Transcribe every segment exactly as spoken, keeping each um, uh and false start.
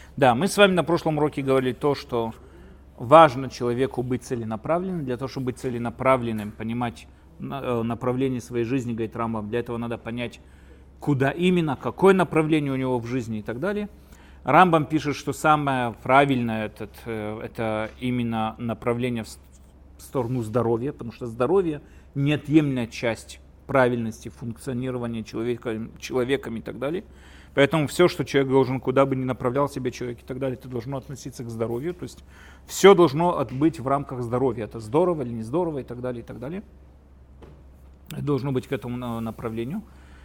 Да, мы с вами на прошлом уроке говорили то, что важно человеку быть целенаправленным. Для того, чтобы быть целенаправленным, понимать направление своей жизни, говорит Рамбам, для этого надо понять, куда именно, какое направление у него в жизни и так далее. Рамбам пишет, что самое правильное это, это именно направление в сторону здоровья, потому что здоровье – неотъемлемая часть правильности функционирования человека, человеком и так далее. Поэтому все, что человек должен, куда бы ни направлял себя человек и так далее, это должно относиться к здоровью. То есть все должно быть в рамках здоровья. Это здорово или не здорово и так далее, и так далее. Это должно быть к этому направлению.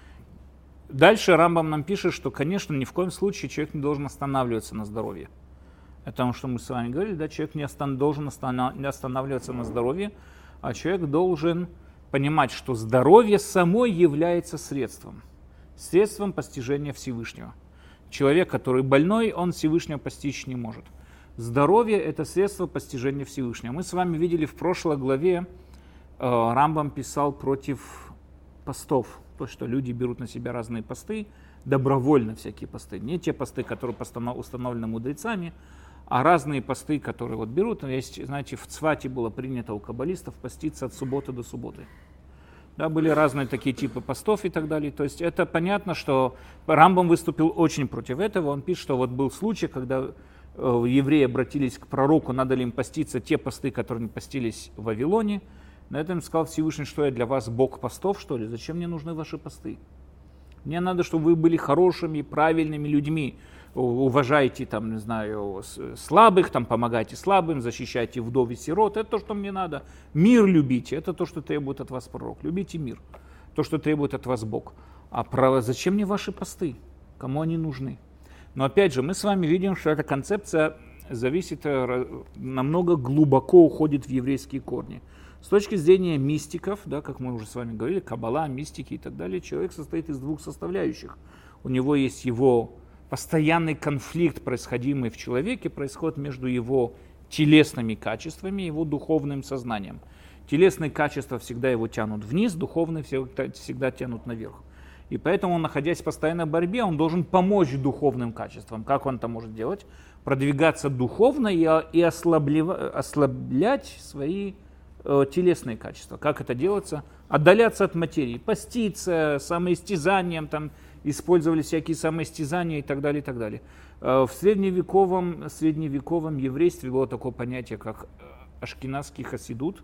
Дальше Рамбам нам пишет, что, конечно, ни в коем случае человек не должен останавливаться на здоровье. Это то, что мы с вами говорили, да, человек не остан- должен остана- не останавливаться на здоровье, а человек должен понимать, что здоровье само является средством. Средством постижения Всевышнего. Человек, который больной, он Всевышнего постичь не может. Здоровье – это средство постижения Всевышнего. Мы с вами видели в прошлой главе, э, Рамбам писал против постов. То, что люди берут на себя разные посты, добровольно всякие посты. Не те посты, которые установлены мудрецами, а разные посты, которые вот берут. Есть, знаете, в Цвате было принято у каббалистов поститься от субботы до субботы. Да, были разные такие типы постов и так далее. То есть это понятно, что Рамбам выступил очень против этого. Он пишет, что вот был случай, когда э, евреи обратились к пророку, надо ли им поститься те посты, которые не постились в Вавилоне. На этом сказал Всевышний, что я для вас Бог постов, что ли? Зачем мне нужны ваши посты? Мне надо, чтобы вы были хорошими, правильными людьми. Уважайте, там, не знаю, слабых, там, помогайте слабым, защищайте вдов и сирот. Это то, что мне надо. Мир любите. Это то, что требует от вас пророк. Любите мир. То, что требует от вас Бог. А про... зачем мне ваши посты? Кому они нужны? Но опять же, мы с вами видим, что эта концепция зависит, намного глубоко уходит в еврейские корни. С точки зрения мистиков, да, как мы уже с вами говорили, каббала, мистики и так далее, человек состоит из двух составляющих. У него есть его постоянный конфликт, происходимый в человеке, происходит между его телесными качествами и его духовным сознанием. Телесные качества всегда его тянут вниз, духовные всегда тянут наверх. И поэтому, находясь в постоянной борьбе, он должен помочь духовным качествам. Как он это может делать? Продвигаться духовно и ослаблять свои телесные качества. Как это делается? Отдаляться от материи, поститься, самоистязанием, там, использовали всякие самоистязания и так далее, и так далее. В средневековом, средневековом еврействе было такое понятие, как ашкеназский хасидут.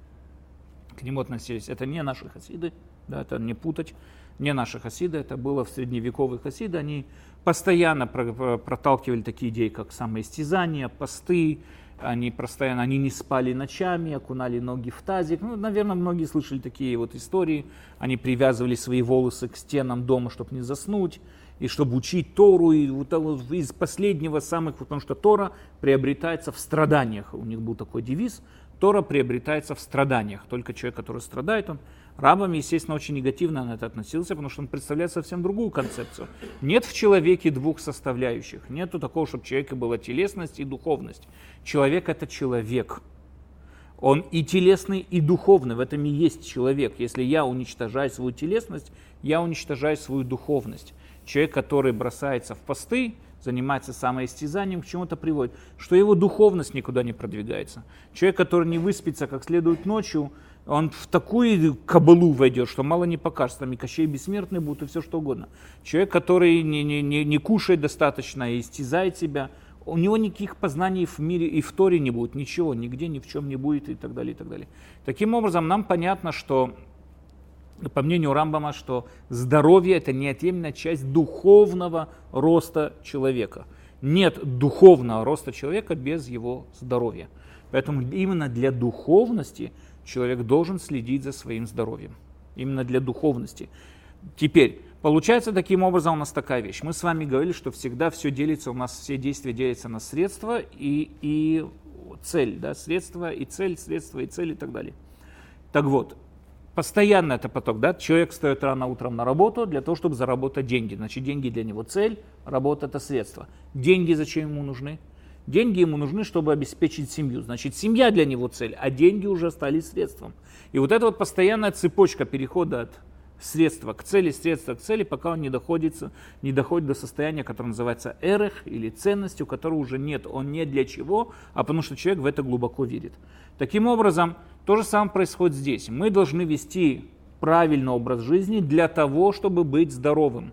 К нему относились. Это не наши хасиды, да, это не путать, не наши хасиды, это было в средневековые хасиды. Они постоянно проталкивали такие идеи, как самоистязание, посты. Они постоянно, они не спали ночами, окунали ноги в тазик. Ну, наверное, многие слышали такие вот истории. Они привязывали свои волосы к стенам дома, чтобы не заснуть, и чтобы учить Тору. И вот из последнего самых, потому что Тора приобретается в страданиях. У них был такой девиз: Тора приобретается в страданиях. Только человек, который страдает, он Рамбам, естественно, очень негативно на это относился, потому что он представляет совсем другую концепцию. Нет в человеке двух составляющих. Нету такого, чтобы в человеке была телесность и духовность. Человек – это человек. Он и телесный, и духовный. В этом и есть человек. Если я уничтожаю свою телесность, я уничтожаю свою духовность. Человек, который бросается в посты, занимается самоистязанием, к чему-то приводит, что его духовность никуда не продвигается. Человек, который не выспится как следует ночью, он в такую кабалу войдет, что мало не покажется. Там и Кощей бессмертный будут, и все что угодно. Человек, который не, не, не, не кушает достаточно и истязает себя, у него никаких познаний в мире и в Торе не будет, ничего, нигде, ни в чем не будет и так далее, и так далее. Таким образом, нам понятно, что, по мнению Рамбама, что здоровье – это неотъемлемая часть духовного роста человека. Нет духовного роста человека без его здоровья. Поэтому именно для духовности человек должен следить за своим здоровьем. Именно для духовности. Теперь, получается таким образом у нас такая вещь. Мы с вами говорили, что всегда все делится, у нас все действия делятся на средства и, и цель. Да? Средства и цель, средства и цель и так далее. Так вот, постоянно это поток. Да? Человек встает рано утром на работу для того, чтобы заработать деньги. Значит, деньги для него цель, работа – это средство. Деньги зачем ему нужны? Деньги ему нужны, чтобы обеспечить семью. Значит, семья для него цель, а деньги уже стали средством. И вот эта вот постоянная цепочка перехода от средства к цели, средства к цели, пока он не доходит, не доходит до состояния, которое называется эрех, или ценностью, которого уже нет. Он не для чего, а потому что человек в это глубоко верит. Таким образом, то же самое происходит здесь. Мы должны вести правильный образ жизни для того, чтобы быть здоровым.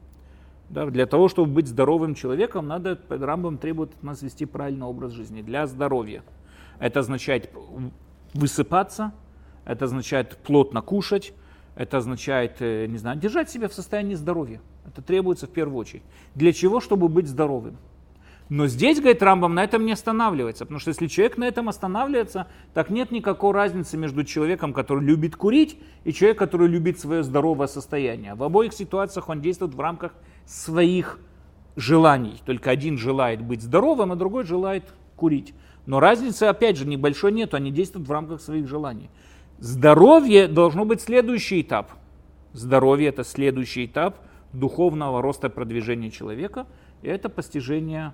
Да, для того, чтобы быть здоровым человеком, надо, Рамбам требует от нас вести правильный образ жизни для здоровья. Это означает высыпаться, это означает плотно кушать, это означает, не знаю, держать себя в состоянии здоровья. Это требуется в первую очередь. Для чего? Чтобы быть здоровым. Но здесь, говорит Рамбам, на этом не останавливается. Потому что если человек на этом останавливается, так нет никакой разницы между человеком, который любит курить, и человеком, который любит свое здоровое состояние. В обоих ситуациях он действует в рамках своих желаний. Только один желает быть здоровым, а другой желает курить. Но разницы, опять же, небольшой нет, они действуют в рамках своих желаний. Здоровье должно быть следующий этап. Здоровье – это следующий этап духовного роста и продвижения человека. И это постижение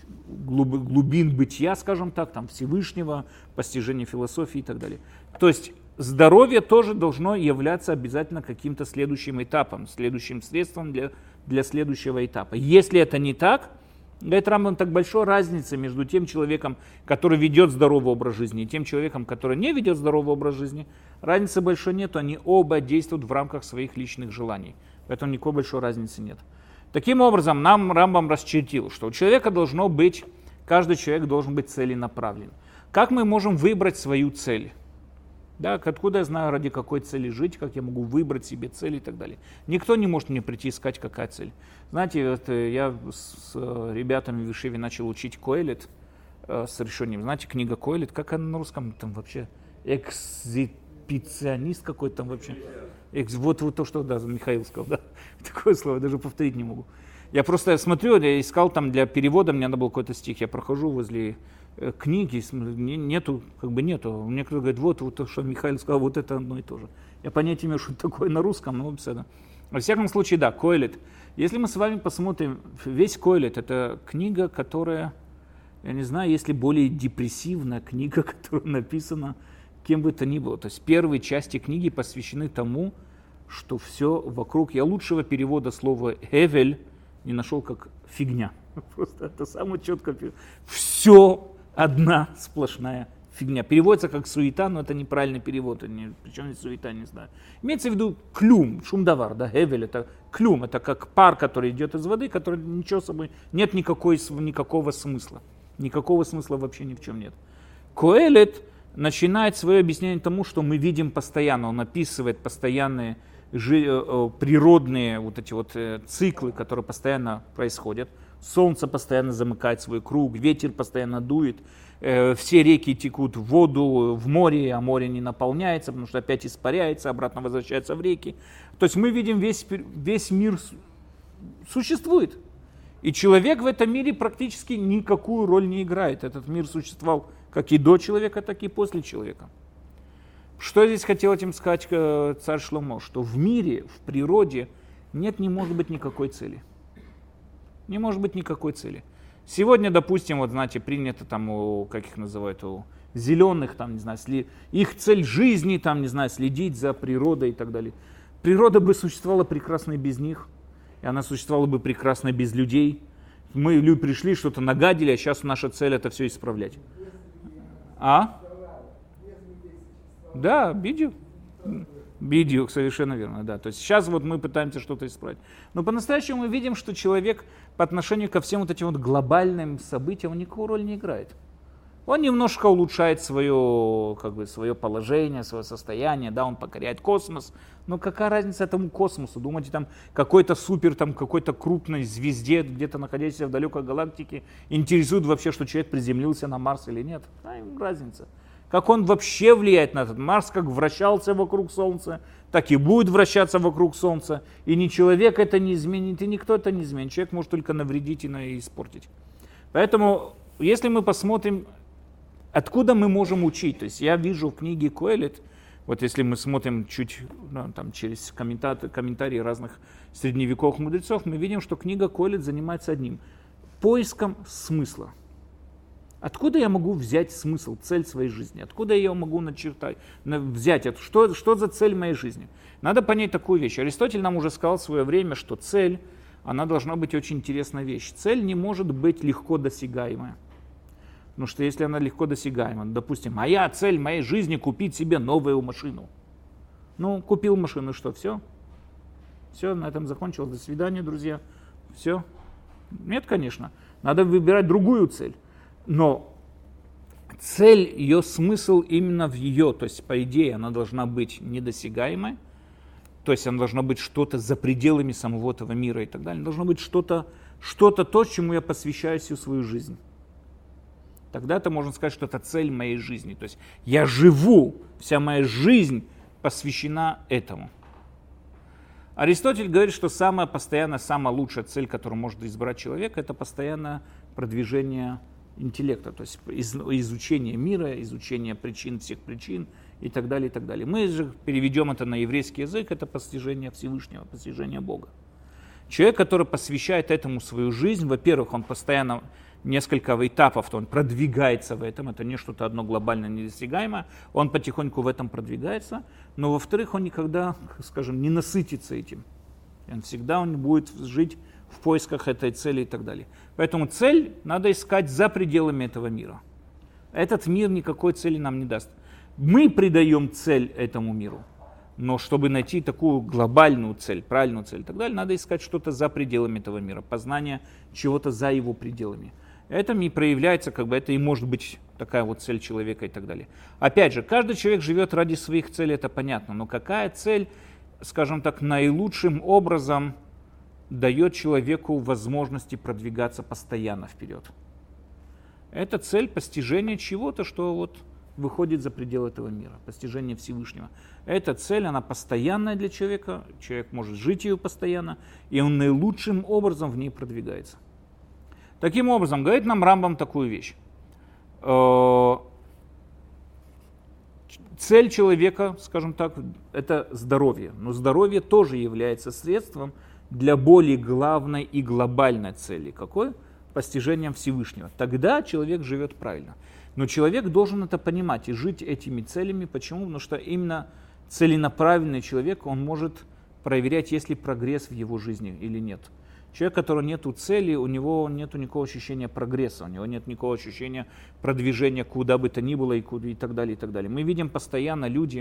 глубин бытия, скажем так, там, Всевышнего, постижение философии и так далее. То есть здоровье тоже должно являться обязательно каким-то следующим этапом, следующим средством для, для следующего этапа. Если это не так, говорит Рамбам, так большой разницы между тем человеком, который ведет здоровый образ жизни, и тем человеком, который не ведет здоровый образ жизни, разницы большой нет, они оба действуют в рамках своих личных желаний. Поэтому никакой большой разницы нет. Таким образом, нам Рамбам расчертил, что у человека должно быть, каждый человек должен быть целенаправлен. Как мы можем выбрать свою цель? Да, откуда я знаю, ради какой цели жить, как я могу выбрать себе цель и так далее. Никто не может мне прийти и сказать, какая цель. Знаете, вот я с ребятами в Ешиве начал учить Коэлет с решением. Знаете, книга Коэлет, как она на русском там вообще? Экзипиционист какой-то там вообще. Вот, вот то, что да, Михаил сказал, да. Такое слово, даже повторить не могу. Я просто смотрю, я искал там для перевода, мне надо был какой-то стих, я прохожу возле э, книги, нету, как бы нету. Мне кто-то говорит, вот, вот то, что Михаил сказал, вот это одно и то же. Я понятия не имею, что это такое на русском, но все, да. Во всяком случае, да, Коэлет. Если мы с вами посмотрим, весь Коэлет, это книга, которая, я не знаю, если более депрессивная книга, которая написана кем бы то ни было. То есть первые части книги посвящены тому, что все вокруг. Я лучшего перевода слова «эвель» не нашел, как «фигня». Просто это самое четко. Все одна сплошная фигня. Переводится как «суета», но это неправильный перевод. Причем здесь суета, не знаю. Имеется в виду клюм, шумдавар, да, «эвель» это клюм. Это как пар, который идет из воды, который ничего собой, нет никакой, никакого смысла. Никакого смысла вообще ни в чем нет. Коэлет начинает свое объяснение тому, что мы видим постоянно. Он описывает постоянные природные вот эти вот циклы, которые постоянно происходят. Солнце постоянно замыкает свой круг, ветер постоянно дует, все реки текут в воду, в море, а море не наполняется, потому что опять испаряется, обратно возвращается в реки. То есть мы видим, весь, весь мир существует. И человек в этом мире практически никакую роль не играет. Этот мир существовал как и до человека, так и после человека. Что здесь хотел этим сказать царь Шломо? Что в мире, в природе нет, не может быть никакой цели. Не может быть никакой цели. Сегодня, допустим, вот знаете, принято там, у, как их называют, у зеленых, там, не знаю, сли, их цель жизни, там, не знаю, следить за природой и так далее. Природа бы существовала прекрасно и без них, и она существовала бы прекрасно без людей. Мы люди пришли, что-то нагадили, а сейчас наша цель это все исправлять. А? Да, бидью. Бидью, совершенно верно, да. То есть сейчас вот мы пытаемся что-то исправить. Но по-настоящему мы видим, что человек по отношению ко всем вот этим вот глобальным событиям, он никакую роль не играет. Он немножко улучшает свое, как бы, свое положение, свое состояние, да, он покоряет космос. Но какая разница этому космосу? Думаете, там какой-то супер, там какой-то крупной звезде, где-то находящейся в далекой галактике, интересует вообще, что человек приземлился на Марс или нет? Какая им разница? Как он вообще влияет на этот Марс, как вращался вокруг Солнца, так и будет вращаться вокруг Солнца. И ни человек это не изменит, и никто это не изменит. Человек может только навредить и испортить. Поэтому, если мы посмотрим, откуда мы можем учить, то есть я вижу в книге Коэлет, вот если мы смотрим чуть ну, там, через комментарии, комментарии разных средневековых мудрецов, мы видим, что книга Коэлет занимается одним – поиском смысла. Откуда я могу взять смысл, цель своей жизни? Откуда я ее могу начертать, взять? Это, что, что за цель моей жизни? Надо понять такую вещь. Аристотель нам уже сказал в свое время, что цель, она должна быть очень интересная вещь. Цель не может быть легко досягаемая. Потому что если она легко досягаема, допустим, моя цель моей жизни купить себе новую машину. Ну, купил машину, что, все? Все, на этом закончилось. До свидания, друзья. Все? Нет, конечно. Надо выбирать другую цель. Но цель, ее смысл именно в ее, то есть, по идее, она должна быть недосягаемой, то есть она должна быть что-то за пределами самого этого мира и так далее. Должно быть что-то, что-то то, чему я посвящаю всю свою жизнь. Тогда-то можно сказать, что это цель моей жизни. То есть я живу, вся моя жизнь посвящена этому. Аристотель говорит, что самая постоянная, самая лучшая цель, которую может избрать человек, это постоянное продвижение интеллекта, то есть изучение мира, изучение причин всех причин и так далее, и так далее. Мы же переведем это на еврейский язык, это постижение Всевышнего, постижение Бога. Человек, который посвящает этому свою жизнь, во-первых, он постоянно несколько этапов, то он продвигается в этом, это не что-то одно глобально недосягаемое, он потихоньку в этом продвигается, но во-вторых, он никогда, скажем, не насытится этим. Он всегда он будет жить в поисках этой цели и так далее. Поэтому цель надо искать за пределами этого мира. Этот мир никакой цели нам не даст. Мы придаем цель этому миру, но чтобы найти такую глобальную цель, правильную цель и так далее, надо искать что-то за пределами этого мира, познание чего-то за его пределами. Это и проявляется, как бы это и может быть такая вот цель человека и так далее. Опять же, каждый человек живет ради своих целей, это понятно, но какая цель, скажем так, наилучшим образом дает человеку возможности продвигаться постоянно вперед? Это цель постижения чего-то, что вот выходит за пределы этого мира, постижение Всевышнего. Эта цель, она постоянная для человека, человек может жить ее постоянно, и он наилучшим образом в ней продвигается. Таким образом, говорит нам Рамбам такую вещь. Цель человека, скажем так, это здоровье. Но здоровье тоже является средством для более главной и глобальной цели. Какой? Постижением Всевышнего. Тогда человек живет правильно. Но человек должен это понимать и жить этими целями. Почему? Потому что именно целенаправленный человек, он может проверять, есть ли прогресс в его жизни или нет. Человек, у которого нет цели, у него нет никакого ощущения прогресса, у него нет никакого ощущения продвижения куда бы то ни было и, куда, и так далее, и так далее. Мы видим постоянно люди,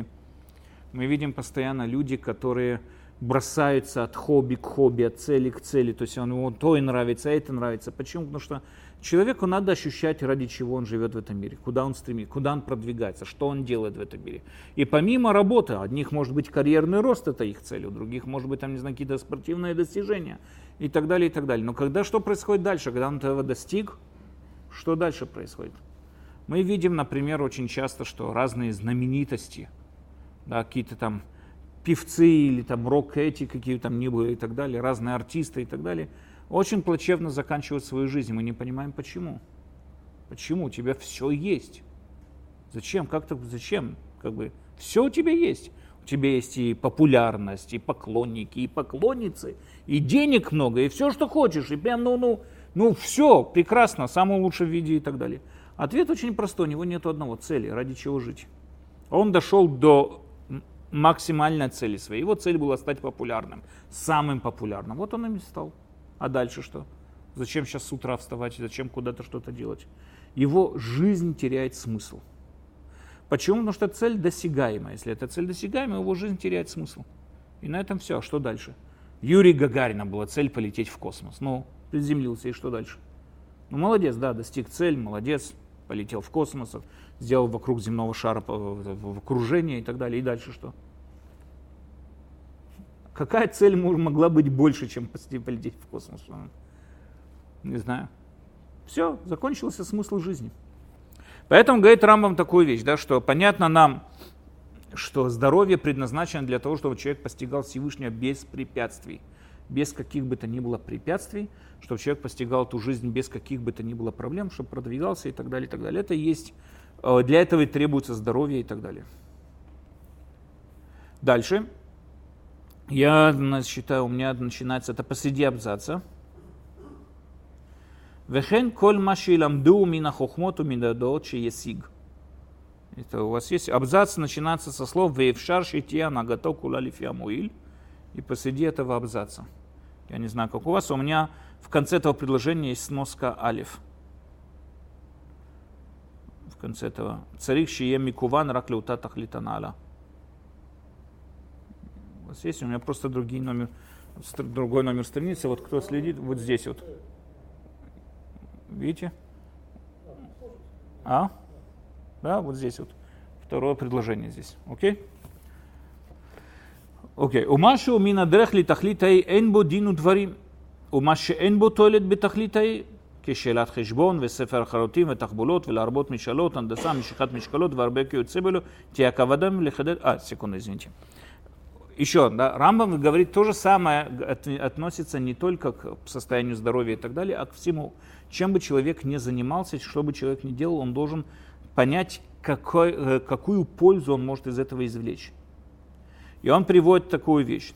мы видим постоянно люди, которые бросаются от хобби к хобби, от цели к цели, то есть он, ему то и нравится, а это нравится. Почему? Потому что человеку надо ощущать, ради чего он живет в этом мире, куда он стремится, куда он продвигается, что он делает в этом мире. И помимо работы, одних может быть карьерный рост, это их цель, у других может быть там, не знаю, какие-то спортивные достижения и так далее, и так далее. Но когда что происходит дальше, когда он этого достиг, что дальше происходит? Мы видим, например, очень часто, что разные знаменитости, да, какие-то там певцы или там рок-эти, какие там ни были и так далее, разные артисты и так далее, очень плачевно заканчивают свою жизнь. Мы не понимаем, почему. Почему? У тебя все есть. Зачем? Как-то зачем? Как бы все у тебя есть. У тебя есть и популярность, и поклонники, и поклонницы, и денег много, и все, что хочешь, и прям, ну, ну, ну, все прекрасно, в самом лучшем виде и так далее. Ответ очень простой, у него нет одного цели, ради чего жить. Он дошел до максимальной цели своей. Его цель была стать популярным, самым популярным. Вот он им и стал. А дальше что? Зачем сейчас с утра вставать, зачем куда-то что-то делать? Его жизнь теряет смысл. Почему? Потому что цель досягаема. Если эта цель досягаема, его жизнь теряет смысл. И на этом все. А что дальше? Юрий Гагарина была цель полететь в космос. Ну, приземлился, и что дальше? Ну, молодец, да, достиг цель, молодец, полетел в космос, сделал вокруг земного шара в окружение и так далее. И дальше что? Какая цель могла быть больше, чем полететь в космос? Не знаю. Все, закончился смысл жизни. Поэтому говорит Рамбам такую вещь, да, что понятно нам, что здоровье предназначено для того, чтобы человек постигал Всевышнего без препятствий, без каких бы то ни было препятствий, чтобы человек постигал эту жизнь без каких бы то ни было проблем, чтобы продвигался и так далее, и так далее. Это есть, для этого и требуется здоровье и так далее. Дальше. Я считаю, у меня начинается, это посреди абзаца. Вехен коль маши ламду мина хохмоту минадот шеесиг. Это у вас есть абзац, начинается со слов «Вейфшар шития нагато кула лифия муиль». И посреди этого абзаца. Я не знаю, как у вас, у меня в конце этого предложения есть сноска алиф. В конце этого. Царих шие микуван рак леута тахлитанала. У вас есть? У меня просто другой номер, другой номер страницы. Вот кто следит, вот здесь вот. Видите? А? Да, вот здесь вот. Второе предложение здесь. Окей? Окей. Умашу мина дрехли тахлитай энбо дину дворим. Умаши энбо тойлет бетахлитай. כשאלת חשבון וספר החרוטים ותחבולות ולהרבות משאלות, הנדסה, משיכת משקלות והרבה כיוצא בלו, תהיה הכוונה לחדד... А, секунду, извините. Еще, да, Рамбам говорит, то же самое относится не только к состоянию здоровья и так далее, а к всему. Чем бы человек ни занимался, что бы человек ни делал, он должен понять, какой, какую пользу он может из этого извлечь. И он приводит такую вещь.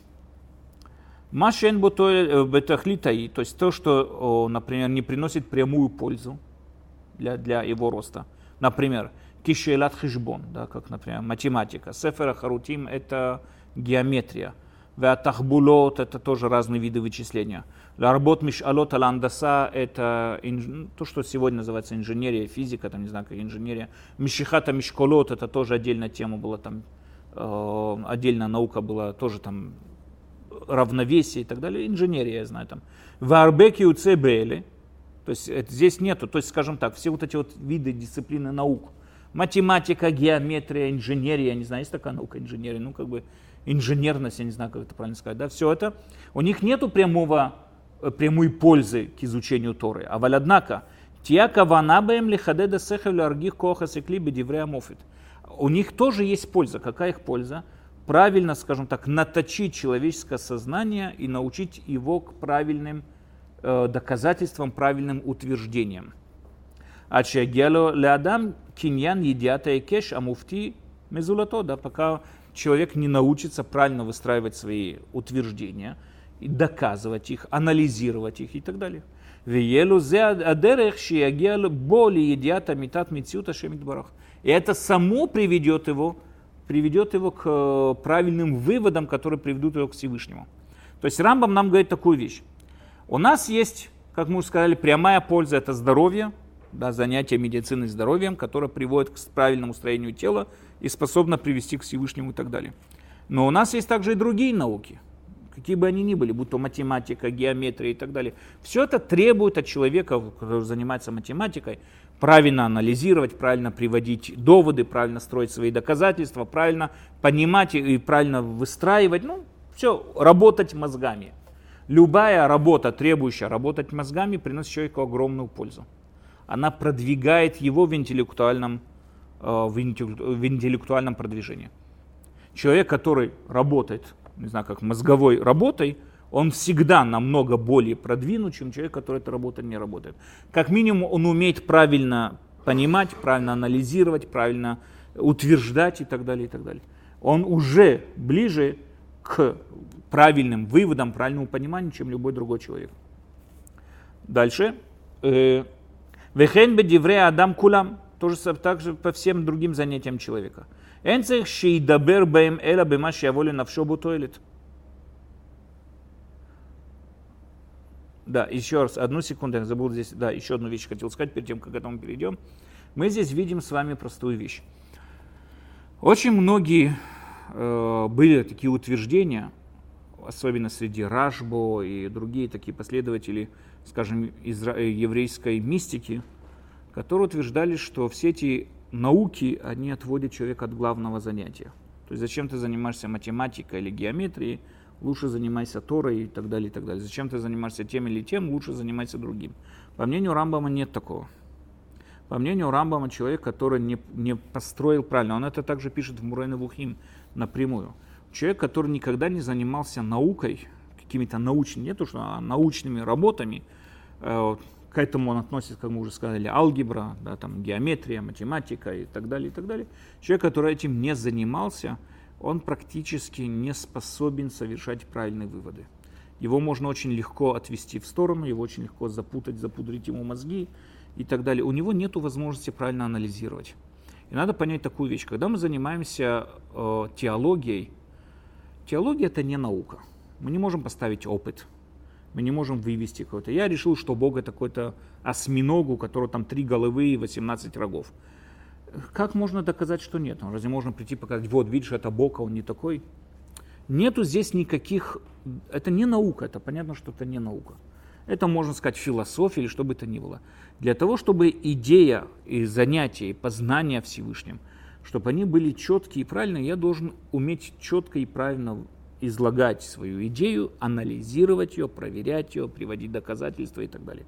Машен бетахлитаи, то есть то, что, например, не приносит прямую пользу для, для его роста. Например, кишелат хижбон, да, как, например, математика. Сефер харутим – это геометрия. Веатахбулот – это тоже разные виды вычисления. Ларбот мишалот аландаса – это инж... то, что сегодня называется инженерия, физика, там, не знаю, как инженерия. Мишихата мишколот – это тоже отдельная тема была, там, э, отдельная наука была, тоже там, равновесие и так далее, инженерия, я знаю, там. Варбеки у цебели, то есть это, здесь нету, то есть, скажем так, все вот эти вот виды дисциплины наук, математика, геометрия, инженерия, я не знаю, есть такая наука инженерия, ну, как бы, инженерность, я не знаю, как это правильно сказать, да, все это, у них нету прямого, прямой пользы к изучению Торы, а валь, однако, тиака ванабаем лихадеда сехев аргих коха секли бедиврея мофит, у них тоже есть польза, какая их польза? Правильно, скажем так, наточить человеческое сознание и научить его к правильным э, доказательствам, правильным утверждениям. Ачагело леадам киньян едята и кеш амуфти мезулато, да, пока человек не научится правильно выстраивать свои утверждения, и доказывать их, анализировать их и так далее. Виелу зе адерех шиягел боли едята митат митсюта шемитбарах. И это само приведет его приведет его к правильным выводам, которые приведут его к Всевышнему. То есть Рамбам нам говорит такую вещь. У нас есть, как мы уже сказали, прямая польза – это здоровье, да, занятие медициной здоровьем, которое приводит к правильному строению тела и способно привести к Всевышнему и так далее. Но у нас есть также и другие науки, какие бы они ни были, будь то математика, геометрия и так далее. Все это требует от человека, который занимается математикой, правильно анализировать, правильно приводить доводы, правильно строить свои доказательства, правильно понимать и правильно выстраивать, ну, все, работать мозгами. Любая работа, требующая работать мозгами, приносит человеку огромную пользу. Она продвигает его в интеллектуальном, в интеллектуальном продвижении. Человек, который работает, не знаю, как мозговой работой, он всегда намного более продвинут, чем человек, который этой работой не работает. Как минимум, он умеет правильно понимать, правильно анализировать, правильно утверждать и так далее, и так далее. Он уже ближе к правильным выводам, правильному пониманию, чем любой другой человек. Дальше. Вехен бедивре адам кулам. Тоже так же по всем другим занятиям человека. Энцех шейдабер бэм эла бэма шияволи навшо бутойлет. Да, еще раз, одну секунду, я забыл здесь, да, еще одну вещь хотел сказать, перед тем, как к этому перейдем. Мы здесь видим с вами простую вещь. Очень многие э, были такие утверждения, особенно среди Рашбо и другие такие последователи, скажем, изра- еврейской мистики, которые утверждали, что все эти науки, они отводят человека от главного занятия. То есть зачем ты занимаешься математикой или геометрией, лучше занимайся Торой и так далее, и так далее. Зачем ты занимаешься тем или тем, лучше занимайся другим. По мнению Рамбама нет такого. По мнению Рамбама, человек, который не, не построил правильно, он это также пишет в Мурей Невухим напрямую. Человек, который никогда не занимался наукой, какими-то научными, не то что, а научными работами, э, к этому он относится, как мы уже сказали, алгебра, да, там, геометрия, математика и так далее, и так далее. Человек, который этим не занимался, он практически не способен совершать правильные выводы. его можно очень легко отвести в сторону, его очень легко запутать, запудрить ему мозги и так далее. У него нет возможности правильно анализировать. И надо понять такую вещь. Когда мы занимаемся э, теологией, теология – это не наука. Мы не можем поставить опыт, мы не можем вывести какой-то. Я решил, что Бог – это какой-то осьминог, у которого там три головы и восемнадцать рогов. Как можно доказать, что нет? Разве можно прийти и показать, вот, видишь, это Бог, а он не такой? Нету здесь никаких... Это не наука, это понятно, что это не наука. Это, можно сказать, философия или что бы то ни было. Для того, чтобы идея и занятия, и познания Всевышним, чтобы они были четкие и правильные, я должен уметь четко и правильно излагать свою идею, анализировать ее, проверять ее, приводить доказательства и так далее.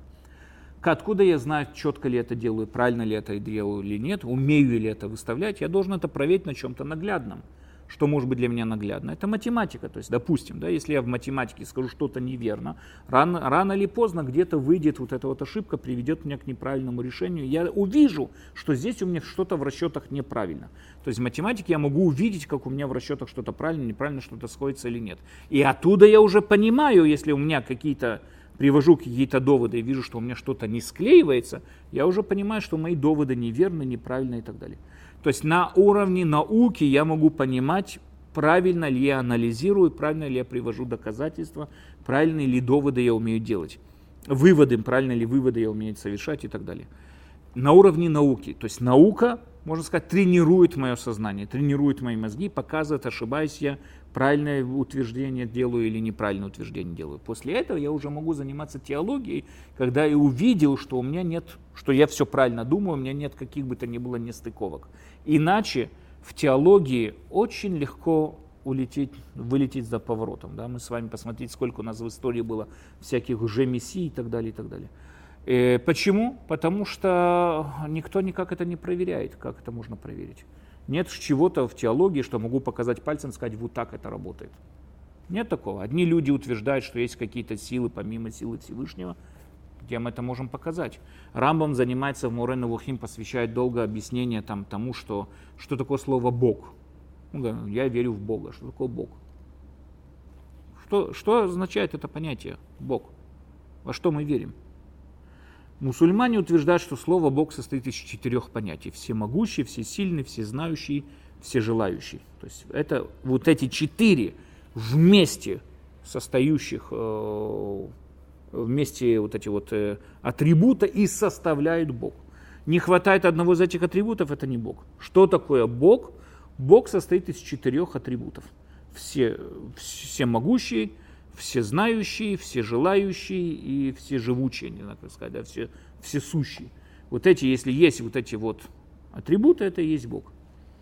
Откуда я знаю, четко ли это делаю, правильно ли это делаю или нет, умею ли это выставлять, я должен это проверить на чем-то наглядном. Что может быть для меня наглядно? Это математика. То есть, допустим, да, если я в математике скажу что-то неверно, рано, рано или поздно где-то выйдет вот эта вот ошибка, приведет меня к неправильному решению. Я увижу, что здесь у меня что-то в расчетах неправильно. То есть в математике я могу увидеть, как у меня в расчетах что-то правильно, неправильно, что-то сходится или нет. И оттуда я уже понимаю, если у меня какие-то, привожу какие-то доводы и вижу, что у меня что-то не склеивается, я уже понимаю, что мои доводы неверны, неправильны и так далее. То есть на уровне науки я могу понимать, правильно ли я анализирую, правильно ли я привожу доказательства, правильные ли доводы я умею делать, выводы, правильно ли выводы я умею совершать и так далее. На уровне науки, то есть наука, можно сказать, тренирует мое сознание, тренирует мои мозги, показывает, ошибаюсь я, правильное утверждение делаю или неправильное утверждение делаю. После этого я уже могу заниматься теологией, когда я увидел, что у меня нет, что я все правильно думаю, у меня нет каких бы то ни было нестыковок. Иначе в теологии очень легко улететь, вылететь за поворотом. Да? Мы с вами посмотрите, сколько у нас в истории было всяких лже-мессий и так далее, и так далее. И почему? Потому что никто никак это не проверяет. Как это можно проверить? Нет чего-то в теологии, что могу показать пальцем и сказать, вот так это работает. Нет такого. Одни люди утверждают, что есть какие-то силы, помимо силы Всевышнего, где мы это можем показать. Рамбам занимается в Море Невухим, посвящает долго объяснение там, тому, что, что такое слово «Бог». Он говорит, я верю в Бога. Что такое Бог? Что, что означает это понятие «Бог»? Во что мы верим? Мусульмане утверждают, что слово «Бог» состоит из четырех понятий. Всемогущий, всесильный, всезнающий, всежелающий. То есть это вот эти четыре вместе состоящих, э, вместе вот эти вот э, атрибута и составляют Бог. Не хватает одного из этих атрибутов, это не Бог. Что такое Бог? Бог состоит из четырех атрибутов. Все, всемогущий, всезнающий, всежелающий и всеживучий, не знаю, как сказать, да, все, всесущий. Вот эти, если есть вот эти вот атрибуты, это и есть Бог.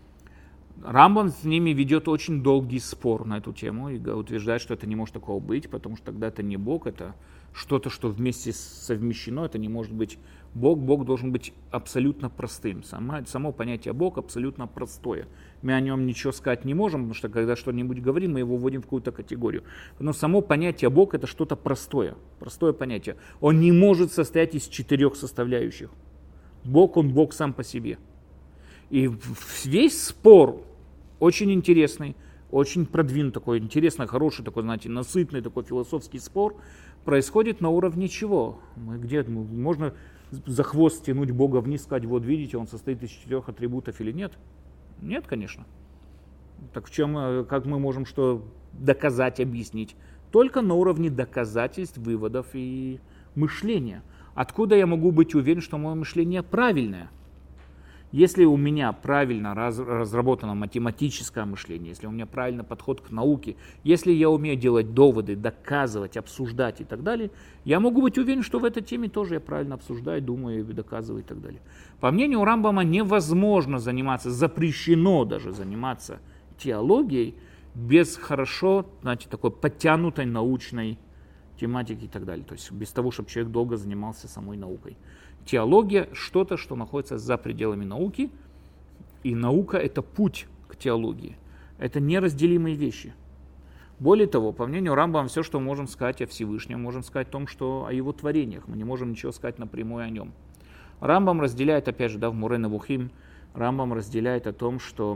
Рамбам с ними ведет очень долгий спор на эту тему и утверждает, что это не может такого быть, потому что тогда это не Бог, это что-то, что вместе совмещено, это не может быть Бог. Бог должен быть абсолютно простым. Само, само понятие Бог абсолютно простое. Мы о нем ничего сказать не можем, потому что когда что-нибудь говорим, мы его вводим в какую-то категорию. Но само понятие Бог это что-то простое, простое понятие. Он не может состоять из четырех составляющих. Бог, он Бог сам по себе. И весь спор очень интересный, очень продвинутый, такой интересный, хороший, такой, знаете, насытный, такой философский спор происходит на уровне чего? Мы где, можно за хвост тянуть Бога вниз, сказать, вот видите, он состоит из четырех атрибутов или нет? Нет, конечно. Так в чем, как мы можем что доказать, объяснить? Только на уровне доказательств, выводов и мышления. Откуда я могу быть уверен, что мое мышление правильное? Если у меня правильно раз, разработано математическое мышление, если у меня правильный подход к науке, если я умею делать доводы, доказывать, обсуждать и так далее, я могу быть уверен, что в этой теме тоже я правильно обсуждаю, думаю, доказываю и так далее. По мнению Рамбама, невозможно заниматься, запрещено даже заниматься теологией без хорошо, знаете, такой подтянутой научной тематики и так далее. То есть без того, чтобы человек долго занимался самой наукой. Теология – что-то, что находится за пределами науки, и наука – это путь к теологии. Это неразделимые вещи. Более того, по мнению Рамбама, все, что мы можем сказать о Всевышнем, можем сказать о том, что о его творениях. Мы не можем ничего сказать напрямую о нем. Рамбам разделяет, опять же, да, в Море Невухим, Рамбам разделяет о том, что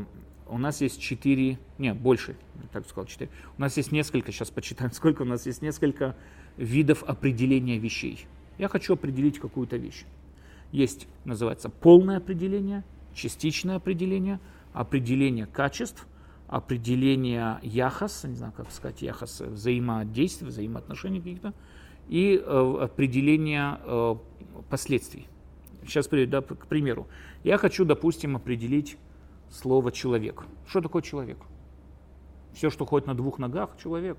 у нас есть четыре, не, больше, так сказал, четыре. У нас есть несколько, сейчас почитаем, сколько у нас есть несколько видов определения вещей. Я хочу определить какую-то вещь. Есть, называется, полное определение, частичное определение, определение качеств, определение яхас, не знаю, как сказать, яхас, взаимодействия, взаимоотношений каких-то, и э, определение э, последствий. Сейчас, да, к примеру, я хочу, допустим, определить слово «человек». Что такое человек? Все, что ходит на двух ногах, человек.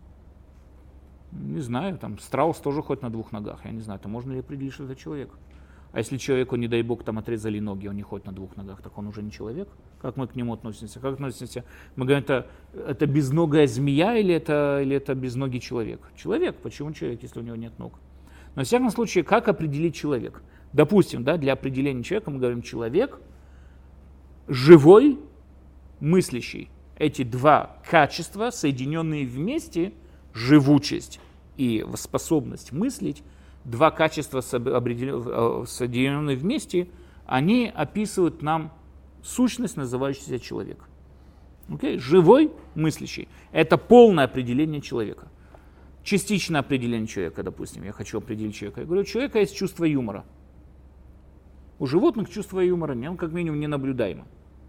Не знаю, там страус тоже ходит на двух ногах. Я не знаю, то можно ли определить, что это человек? А если человеку, не дай бог, там отрезали ноги, он не ходит на двух ногах, так он уже не человек? Как мы к нему относимся? Как относимся? Мы говорим, это, это безногая змея или это, или это безногий человек? Человек. Почему человек, если у него нет ног? Но, во всяком случае, как определить человек? Допустим, да, для определения человека мы говорим человек, живой, мыслящий. Эти два качества, соединенные вместе, живучесть и способность мыслить, два качества, соединенные вместе, они описывают нам сущность, называющуюся человек. Okay? Живой, мыслящий. Это полное определение человека. Частичное определение человека, допустим, я хочу определить человека. Я говорю, у человека есть чувство юмора. У животных чувство юмора нет, он как минимум не наблюдаемо.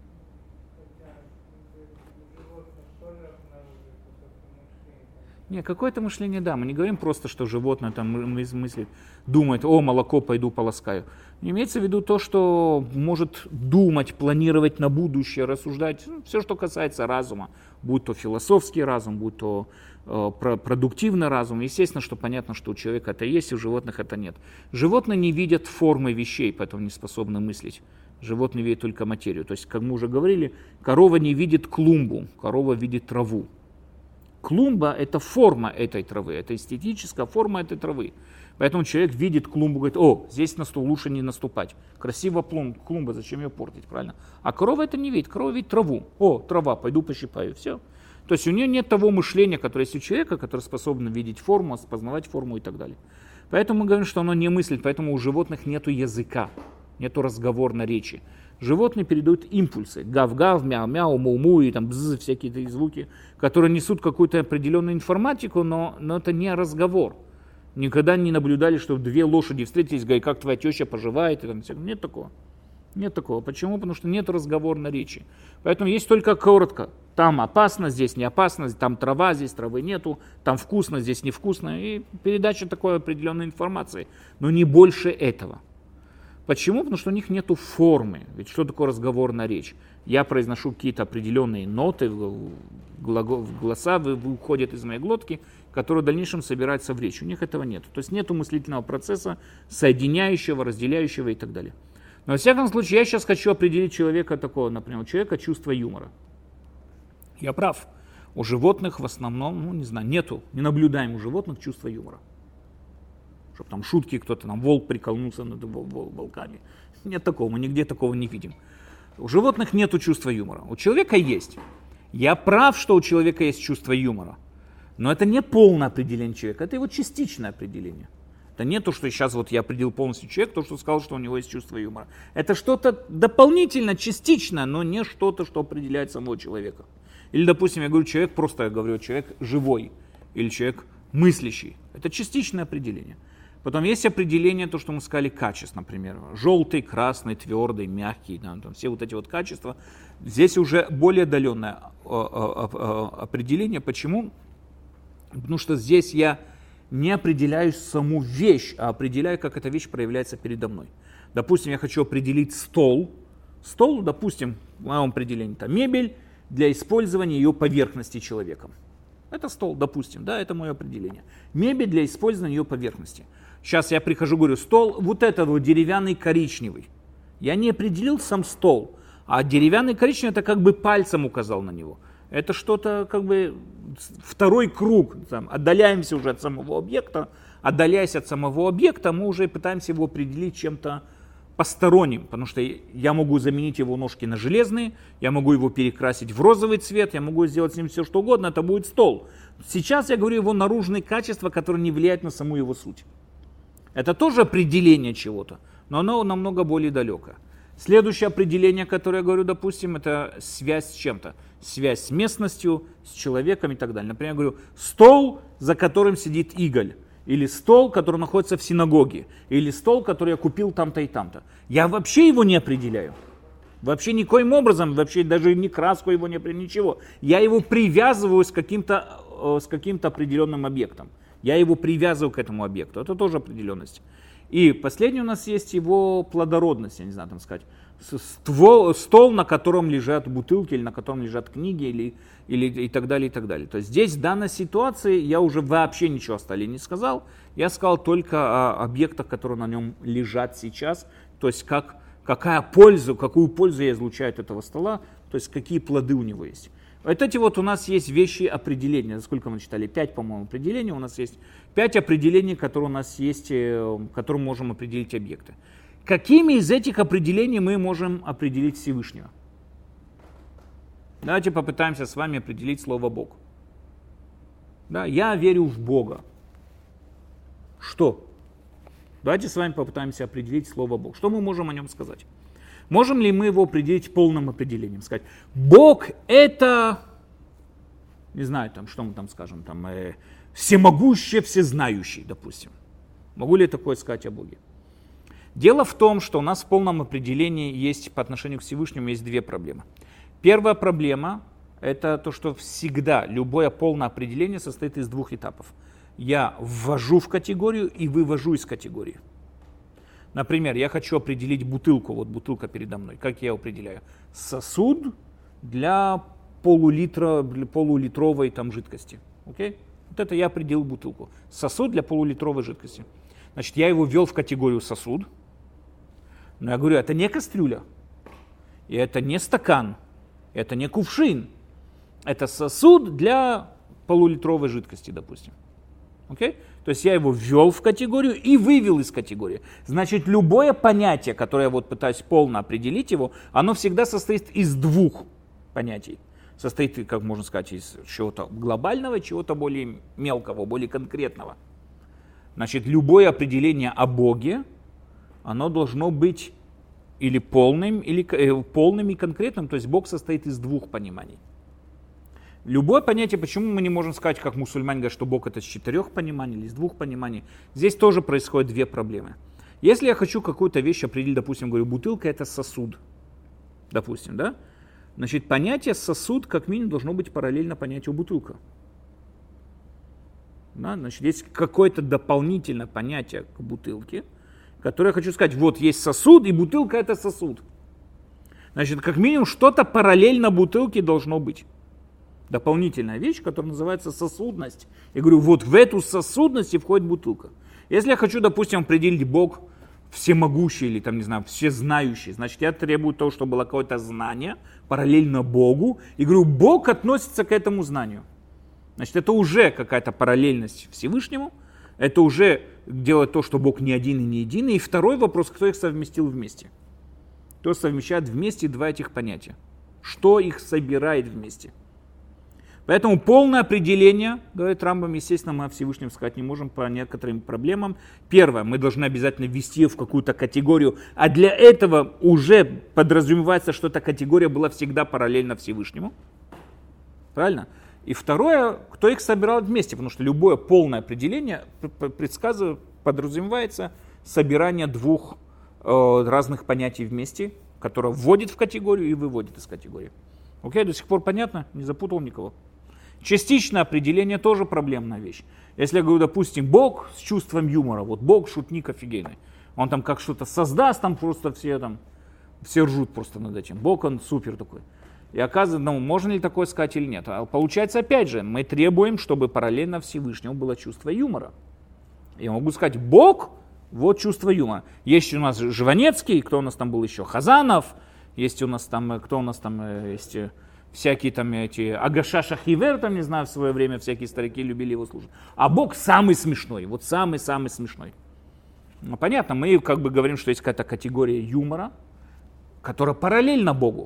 Не, какое-то мышление, да, мы не говорим просто, что животное там мыслит, думает, о, молоко пойду полоскаю. Имеется в виду то, что может думать, планировать на будущее, рассуждать, ну, все, что касается разума, будь то философский разум, будь то э, продуктивный разум. Естественно, что понятно, что у человека это есть, у животных это нет. Животные не видят формы вещей, поэтому не способны мыслить. Животные видят только материю. То есть, как мы уже говорили, корова не видит клумбу, корова видит траву. Клумба – это форма этой травы, это эстетическая форма этой травы. Поэтому человек видит клумбу, говорит, о, здесь на стул лучше не наступать. Красиво клумба, зачем ее портить, правильно? А корова это не видит, корова видит траву. О, трава, пойду пощипаю, все. То есть у нее нет того мышления, которое есть у человека, который способен видеть форму, распознавать форму и так далее. Поэтому мы говорим, что оно не мыслит, поэтому у животных нет языка, нет разговорной речи. Животные передают импульсы, гав-гав, мяу-мяу, му-му и там бзз, всякие такие звуки, которые несут какую-то определенную информатику, но, но это не разговор. Никогда не наблюдали, что две лошади встретились, говорят, как твоя теща поживает, и там, нет такого. Нет такого. Почему? Потому что нет разговорной речи. Поэтому есть только коротко. Там опасно, здесь не опасно, там трава, здесь травы нету, там вкусно, здесь невкусно. И передача такой определенной информации. Но не больше этого. Почему? Потому что у них нет формы. Ведь что такое разговорная речь? Я произношу какие-то определенные ноты, голоса выходят из моей глотки, которые в дальнейшем собираются в речь. У них этого нет. То есть нет мыслительного процесса, соединяющего, разделяющего и так далее. Но во всяком случае, я сейчас хочу определить человека такого, например, у человека чувство юмора. Я прав. У животных в основном, ну не знаю, нету, не наблюдаем у животных чувства юмора. Чтобы там шутки, кто-то там волк приколнулся над волками. Нет такого, мы нигде такого не видим. У животных нет чувства юмора. У человека есть. Я прав, что у человека есть чувство юмора. Но это не полное определение человека, это его частичное определение. Это не то, что сейчас вот я определил полностью человека, то, что сказал, что у него есть чувство юмора. Это что-то дополнительно, частичное, но не что-то, что определяет самого человека. Или, допустим, я говорю, человек, просто я говорю, человек живой, или человек мыслящий. Это частичное определение. Потом есть определение, то, что мы сказали, качеств, например. Желтый, красный, твердый, мягкий, да, там, все вот эти вот качества. Здесь уже более отдаленное определение. Почему? Потому что здесь я не определяю саму вещь, а определяю, как эта вещь проявляется передо мной. Допустим, я хочу определить стол. Стол, допустим, в моем определении, это мебель для использования ее поверхности человеком. Это стол, допустим, да, это мое определение. Мебель для использования ее поверхности. Сейчас я прихожу, говорю, стол вот этот вот деревянный коричневый. Я не определил сам стол, а деревянный коричневый, это как бы пальцем указал на него. Это что-то как бы второй круг, там, отдаляемся уже от самого объекта, отдаляясь от самого объекта, мы уже пытаемся его определить чем-то посторонним, потому что я могу заменить его ножки на железные, я могу его перекрасить в розовый цвет, я могу сделать с ним все что угодно, это будет стол. Сейчас я говорю его наружные качества, которые не влияют на саму его суть. Это тоже определение чего-то, но оно намного более далекое. Следующее определение, которое я говорю, допустим, это связь с чем-то. Связь с местностью, с человеком и так далее. Например, я говорю, стол, за которым сидит Иголь. Или стол, который находится в синагоге. Или стол, который я купил там-то и там-то. Я вообще его не определяю. Вообще никоим образом, вообще даже ни краску его не определяю, ничего. Я его привязываю с каким-то, с каким-то определенным объектом. Я его привязываю к этому объекту. Это тоже определенность. И последний у нас есть его плодородность, я не знаю, там сказать. Ствол, стол, на котором лежат бутылки, или на котором лежат книги, или, или и так далее, и так далее. То есть здесь в данной ситуации я уже вообще ничего о столе не сказал. Я сказал только о объектах, которые на нем лежат сейчас. То есть как, какая пользу, какую пользу я излучаю от этого стола, то есть какие плоды у него есть. Вот эти вот у нас есть вещи определения. Сколько мы читали? Пять, по-моему, определений. У нас есть пять определений, которые у нас есть, которым можем определить объекты. Какими из этих определений мы можем определить Всевышнего? Давайте попытаемся с вами определить слово Бог. Да, я верю в Бога. Что? Давайте с вами попытаемся определить слово Бог. Что мы можем о нем сказать? Можем ли мы его определить полным определением? Сказать, Бог это, не знаю, там, что мы там скажем, там, э, всемогущий, всезнающий, допустим. Могу ли я такое сказать о Боге? Дело в том, что у нас в полном определении есть по отношению к Всевышнему есть две проблемы. Первая проблема – это то, что всегда любое полное определение состоит из двух этапов. Я ввожу в категорию и вывожу из категории. Например, я хочу определить бутылку, вот бутылка передо мной. Как я ее определяю? Сосуд для полулитра, для полулитровой там, жидкости. Okay? Вот это я определил бутылку. Сосуд для полулитровой жидкости. Значит, я его ввел в категорию сосуд. Но я говорю, это не кастрюля, и это не стакан, это не кувшин. Это сосуд для полулитровой жидкости, допустим. Okay? То есть я его ввел в категорию и вывел из категории. Значит, любое понятие, которое я вот пытаюсь полно определить его, оно всегда состоит из двух понятий. Состоит, как можно сказать, из чего-то глобального, чего-то более мелкого, более конкретного. Значит, любое определение о Боге, оно должно быть или полным, или э, полным и конкретным, то есть Бог состоит из двух пониманий. Любое понятие, почему мы не можем сказать, как мусульмане говорят, что Бог это из четырех пониманий или из двух пониманий, здесь тоже происходят две проблемы. Если я хочу какую-то вещь определить, допустим, говорю, бутылка это сосуд, допустим, да, значит, понятие сосуд как минимум должно быть параллельно понятию бутылка. Да, значит, есть какое-то дополнительное понятие к бутылке, которое я хочу сказать, вот есть сосуд, и бутылка это сосуд. Значит, как минимум что-то параллельно бутылке должно быть. Дополнительная вещь, которая называется сосудность. Я говорю, вот в эту сосудность и входит бутылка. Если я хочу, допустим, определить Бог всемогущий или там, не знаю, всезнающий, значит, я требую того, чтобы было какое-то знание параллельно Богу, и говорю, Бог относится к этому знанию. Значит, это уже какая-то параллельность Всевышнему, это уже делает то, что Бог не один и не единый. И второй вопрос, кто их совместил вместе? Кто совмещает вместе два этих понятия? Что их собирает вместе? Поэтому полное определение, говорит Рамбам, естественно, мы о Всевышнем сказать не можем по некоторым проблемам. Первое, мы должны обязательно ввести ее в какую-то категорию, а для этого уже подразумевается, что эта категория была всегда параллельна Всевышнему. Правильно? И второе, кто их собирал вместе, потому что любое полное определение предсказывает, подразумевается собирание двух э, разных понятий вместе, которое вводит в категорию и выводит из категории. Окей, до сих пор понятно? Не запутал никого? Частичное определение тоже проблемная вещь. Если я говорю, допустим, Бог с чувством юмора, вот Бог шутник офигенный, он там как что-то создаст, там просто все там, все ржут просто над этим. Бог, он супер такой. И оказывается, ну, можно ли такое сказать или нет? А получается, опять же, мы требуем, чтобы параллельно Всевышнему было чувство юмора. Я могу сказать, Бог, вот чувство юмора. Есть у нас Жванецкий, кто у нас там был еще, Хазанов, есть у нас там, кто у нас там есть, всякие там эти, Агаша Шахивер, там, не знаю, в свое время всякие старики любили его слушать. А Бог самый смешной, вот самый-самый смешной. Ну, понятно, мы как бы говорим, что есть какая-то категория юмора, которая параллельна Богу.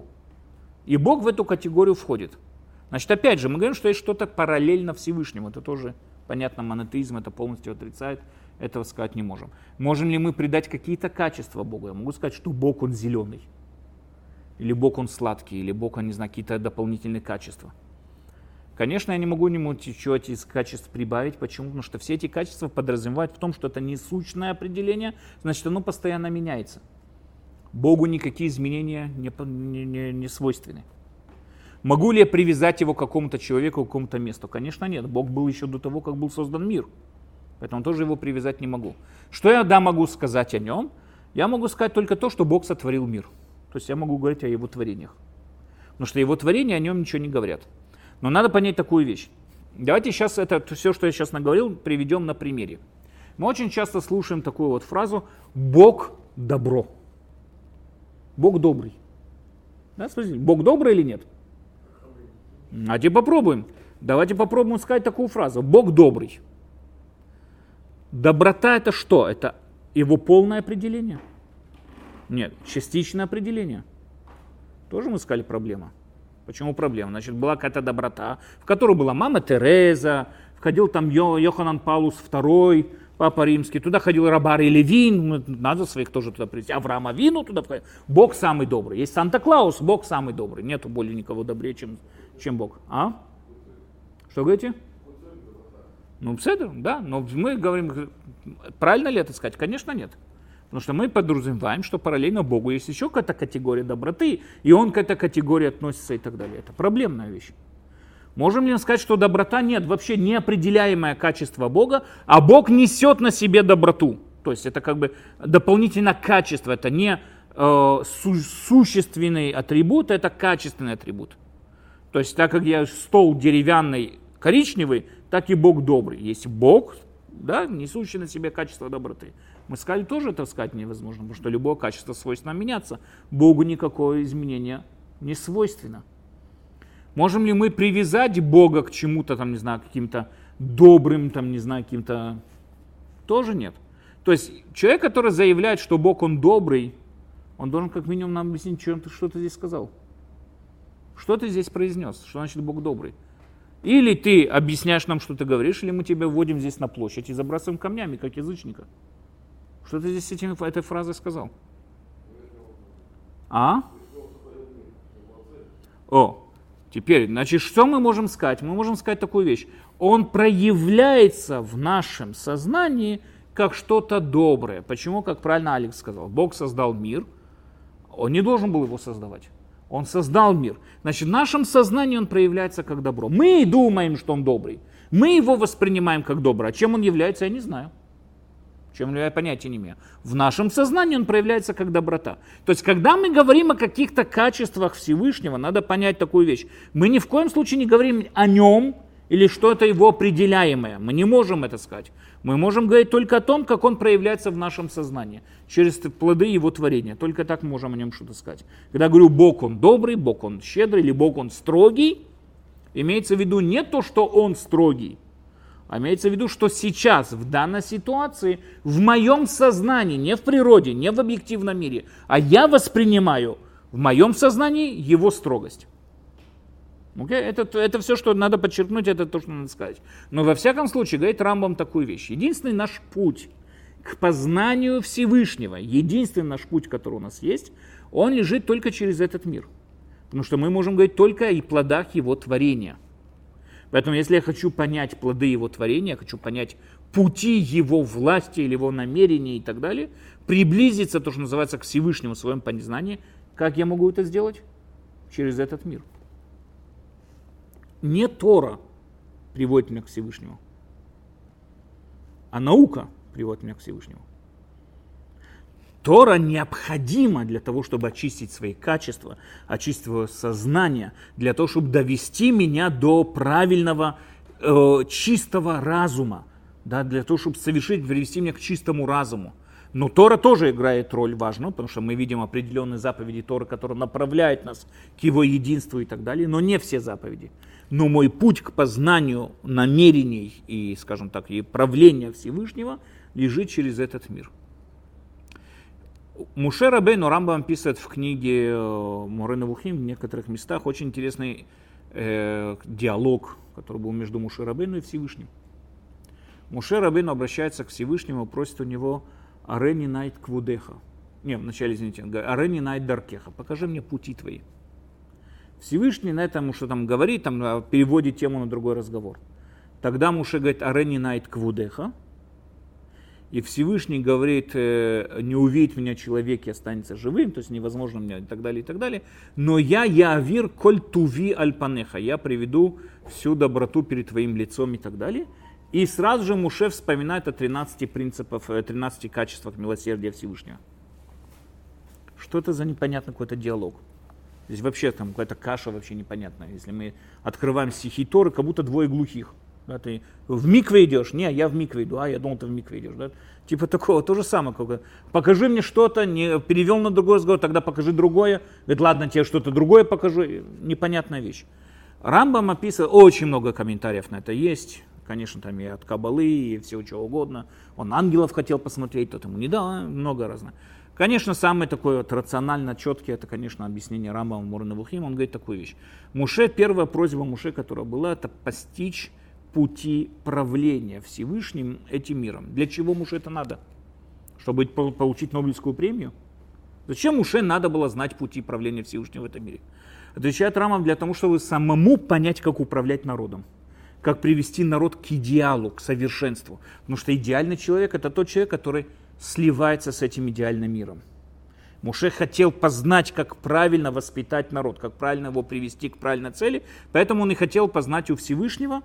И Бог в эту категорию входит. Значит, опять же, мы говорим, что есть что-то параллельно Всевышнему. Это тоже, понятно, монотеизм это полностью отрицает. этого сказать не можем. Можем ли мы придать какие-то качества Богу? Я могу сказать, что Бог, Он зеленый, или Бог, Он сладкий, или Бог, Он, не знаю, какие-то дополнительные качества. Конечно, я не могу ему ничего из качеств прибавить. Почему? Потому что все эти качества подразумевают в том, что это не сущное определение, значит, оно постоянно меняется. Богу никакие изменения не, не, не, не свойственны. Могу ли я привязать его к какому-то человеку, к какому-то месту? Конечно, нет. Бог был еще до того, как был создан мир. Поэтому тоже его привязать не могу. Что я да, могу сказать о нем? Я могу сказать только то, что Бог сотворил мир. То есть я могу говорить о его творениях. Потому что его творения о нем ничего не говорят. Но надо понять такую вещь. Давайте сейчас это все, что я сейчас наговорил, приведем на примере. Мы очень часто слушаем такую вот фразу «Бог добро». Бог добрый. Да, смотрите, Бог добрый или нет? Давайте попробуем. Давайте попробуем сказать такую фразу. Бог добрый. Доброта это что? Это его полное определение? Нет, частичное определение. Тоже мы сказали проблема. Почему проблема? Значит, была какая-то доброта, в которую была мама Тереза, входил там Йо, Йоханан Паулус второй, Папа Римский, туда ходил Рабари Левин, надо своих тоже туда привести, Авраам Авину туда входил. Бог самый добрый. Есть Санта-Клаус, Бог самый добрый. Нету более никого добрее, чем, чем Бог. А? Что говорите? Ну, все, да, но мы говорим, правильно ли это сказать? Конечно, нет. Потому что мы подразумеваем, что параллельно Богу есть еще какая-то категория доброты, и Он к этой категории относится и так далее. Это проблемная вещь. Можем ли сказать, что доброта нет, вообще неопределяемое качество Бога, а Бог несет на себе доброту. То есть это как бы дополнительное качество, это не э, су- существенный атрибут, это качественный атрибут. То есть так как я стол деревянный коричневый, так и Бог добрый. Есть Бог, да, несущий на себе качество доброты. Мы сказали, тоже это сказать невозможно, потому что любое качество свойственно меняться. Богу никакое изменение не свойственно. Можем ли мы привязать Бога к чему-то, там, не знаю, каким-то добрым, там, не знаю, каким-то... Тоже нет. То есть человек, который заявляет, что Бог, он добрый, он должен как минимум нам объяснить, что ты, что ты здесь сказал. Что ты здесь произнес? Что значит Бог добрый? Или ты объясняешь нам, что ты говоришь, или мы тебя вводим здесь на площадь и забрасываем камнями, как язычника. Что ты здесь с этим, этой фразой сказал? А? О, теперь, значит, что мы можем сказать? Мы можем сказать такую вещь. Он проявляется в нашем сознании как что-то доброе. Почему, как правильно Алекс сказал, Бог создал мир, он не должен был его создавать. Он создал мир. Значит, в нашем сознании он проявляется как добро. Мы думаем, что он добрый. Мы его воспринимаем как доброе. А чем он является, я не знаю. Чем я понятия не имею. В нашем сознании он проявляется как доброта. То есть, когда мы говорим о каких-то качествах Всевышнего, надо понять такую вещь. Мы ни в коем случае не говорим о нем или что-то его определяемое. Мы не можем это сказать. Мы можем говорить только о том, как он проявляется в нашем сознании. Через плоды его творения. Только так можем о нем что-то сказать. Когда я говорю, Бог он добрый, Бог он щедрый, или Бог он строгий, имеется в виду не то, что он строгий, а имеется в виду, что сейчас, в данной ситуации, в моем сознании, не в природе, не в объективном мире, а я воспринимаю в моем сознании его строгость. Okay? Это, это все, что надо подчеркнуть, это то, что надо сказать. Но во всяком случае, говорит Рамбам такую вещь. Единственный наш путь к познанию Всевышнего, единственный наш путь, который у нас есть, он лежит только через этот мир. Потому что мы можем говорить только о плодах его творения. Поэтому, если я хочу понять плоды его творения, я хочу понять пути его власти или его намерения и так далее, приблизиться, то, что называется, к Всевышнему в своем познании, как я могу это сделать? Через этот мир. Не Тора приводит меня к Всевышнему, а наука приводит меня к Всевышнему. Тора необходима для того, чтобы очистить свои качества, очистить свое сознание, для того, чтобы довести меня до правильного, э, чистого разума, да, для того, чтобы совершить, привести меня к чистому разуму. Но Тора тоже играет роль важную, потому что мы видим определенные заповеди Торы, которые направляют нас к его единству и так далее, но не все заповеди. Но мой путь к познанию намерений и, скажем так, и правления Всевышнего лежит через этот мир. Моше Рабейну Рамбам описывает в книге Море Невухим в некоторых местах очень интересный э, диалог, который был между Моше Рабейну и Всевышним. Моше Рабейну обращается к Всевышнему, просит у него «Арени найт квудеха». Не, вначале, извините, он говорит «Арени найт даркеха», покажи мне пути твои. Всевышний на этом, что там говорит, там переводит тему на другой разговор. Тогда Моше говорит «Арени найт квудеха». И Всевышний говорит, не увидит меня человек и останется живым, то есть невозможно мне и так далее, и так далее. Но я явир коль туви альпанеха, я приведу всю доброту перед твоим лицом и так далее. И сразу же Моше вспоминает о тринадцати принципах, тринадцати качествах милосердия Всевышнего. Что это за непонятный какой-то диалог? Здесь вообще там какая-то каша вообще непонятная. Если мы открываем стихи Торы, как будто двое глухих. Да, ты в микве идешь? Не, я в микве иду. А, я думал, ты в микве идешь. Да? Типа такого, то же самое. Как, покажи мне что-то, не, перевел на другой разговор, тогда покажи другое. Говорит, ладно, тебе что-то другое покажу. Непонятная вещь. Рамбам описывает, очень много комментариев на это есть. Конечно, там и от Каббалы, и всего чего угодно. Он ангелов хотел посмотреть, тот ему не дал, много разных. Конечно, самый такой вот рационально четкий, это, конечно, объяснение Рамбама Морeh Невухим. Он говорит такую вещь. Моше, первая просьба Моше, которая была, это постичь пути правления Всевышним этим миром. Для чего Моше это надо? Чтобы получить Нобелевскую премию? Зачем Моше надо было знать пути правления Всевышнего в этом мире? Отвечает Рамбам для того, чтобы самому понять, как управлять народом. Как привести народ к идеалу, к совершенству. Потому что идеальный человек – это тот человек, который сливается с этим идеальным миром. Моше хотел познать, как правильно воспитать народ, как правильно его привести к правильной цели. Поэтому он и хотел познать у Всевышнего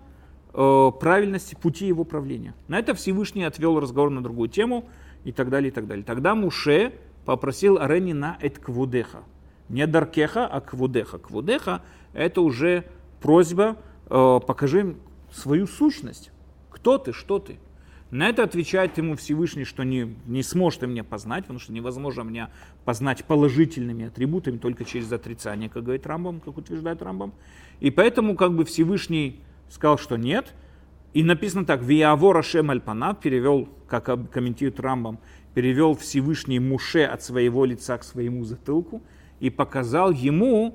э, правильности пути его правления. На это Всевышний отвел разговор на другую тему и так далее, и так далее. Тогда Моше попросил Арени на эт квудеха. Не даркеха, а квудеха. Квудеха – это уже просьба, э, покажи свою сущность. Кто ты, что ты? На это отвечает ему Всевышний, что не, не сможешь ты меня познать, потому что невозможно меня познать положительными атрибутами, только через отрицание, как говорит Рамбам, как утверждает Рамбам. И поэтому как бы Всевышний сказал, что нет. И написано так, «Виявор Ашем аль-Панав», перевел, как комментирует Рамбам, перевел Всевышний Моше от своего лица к своему затылку и показал ему,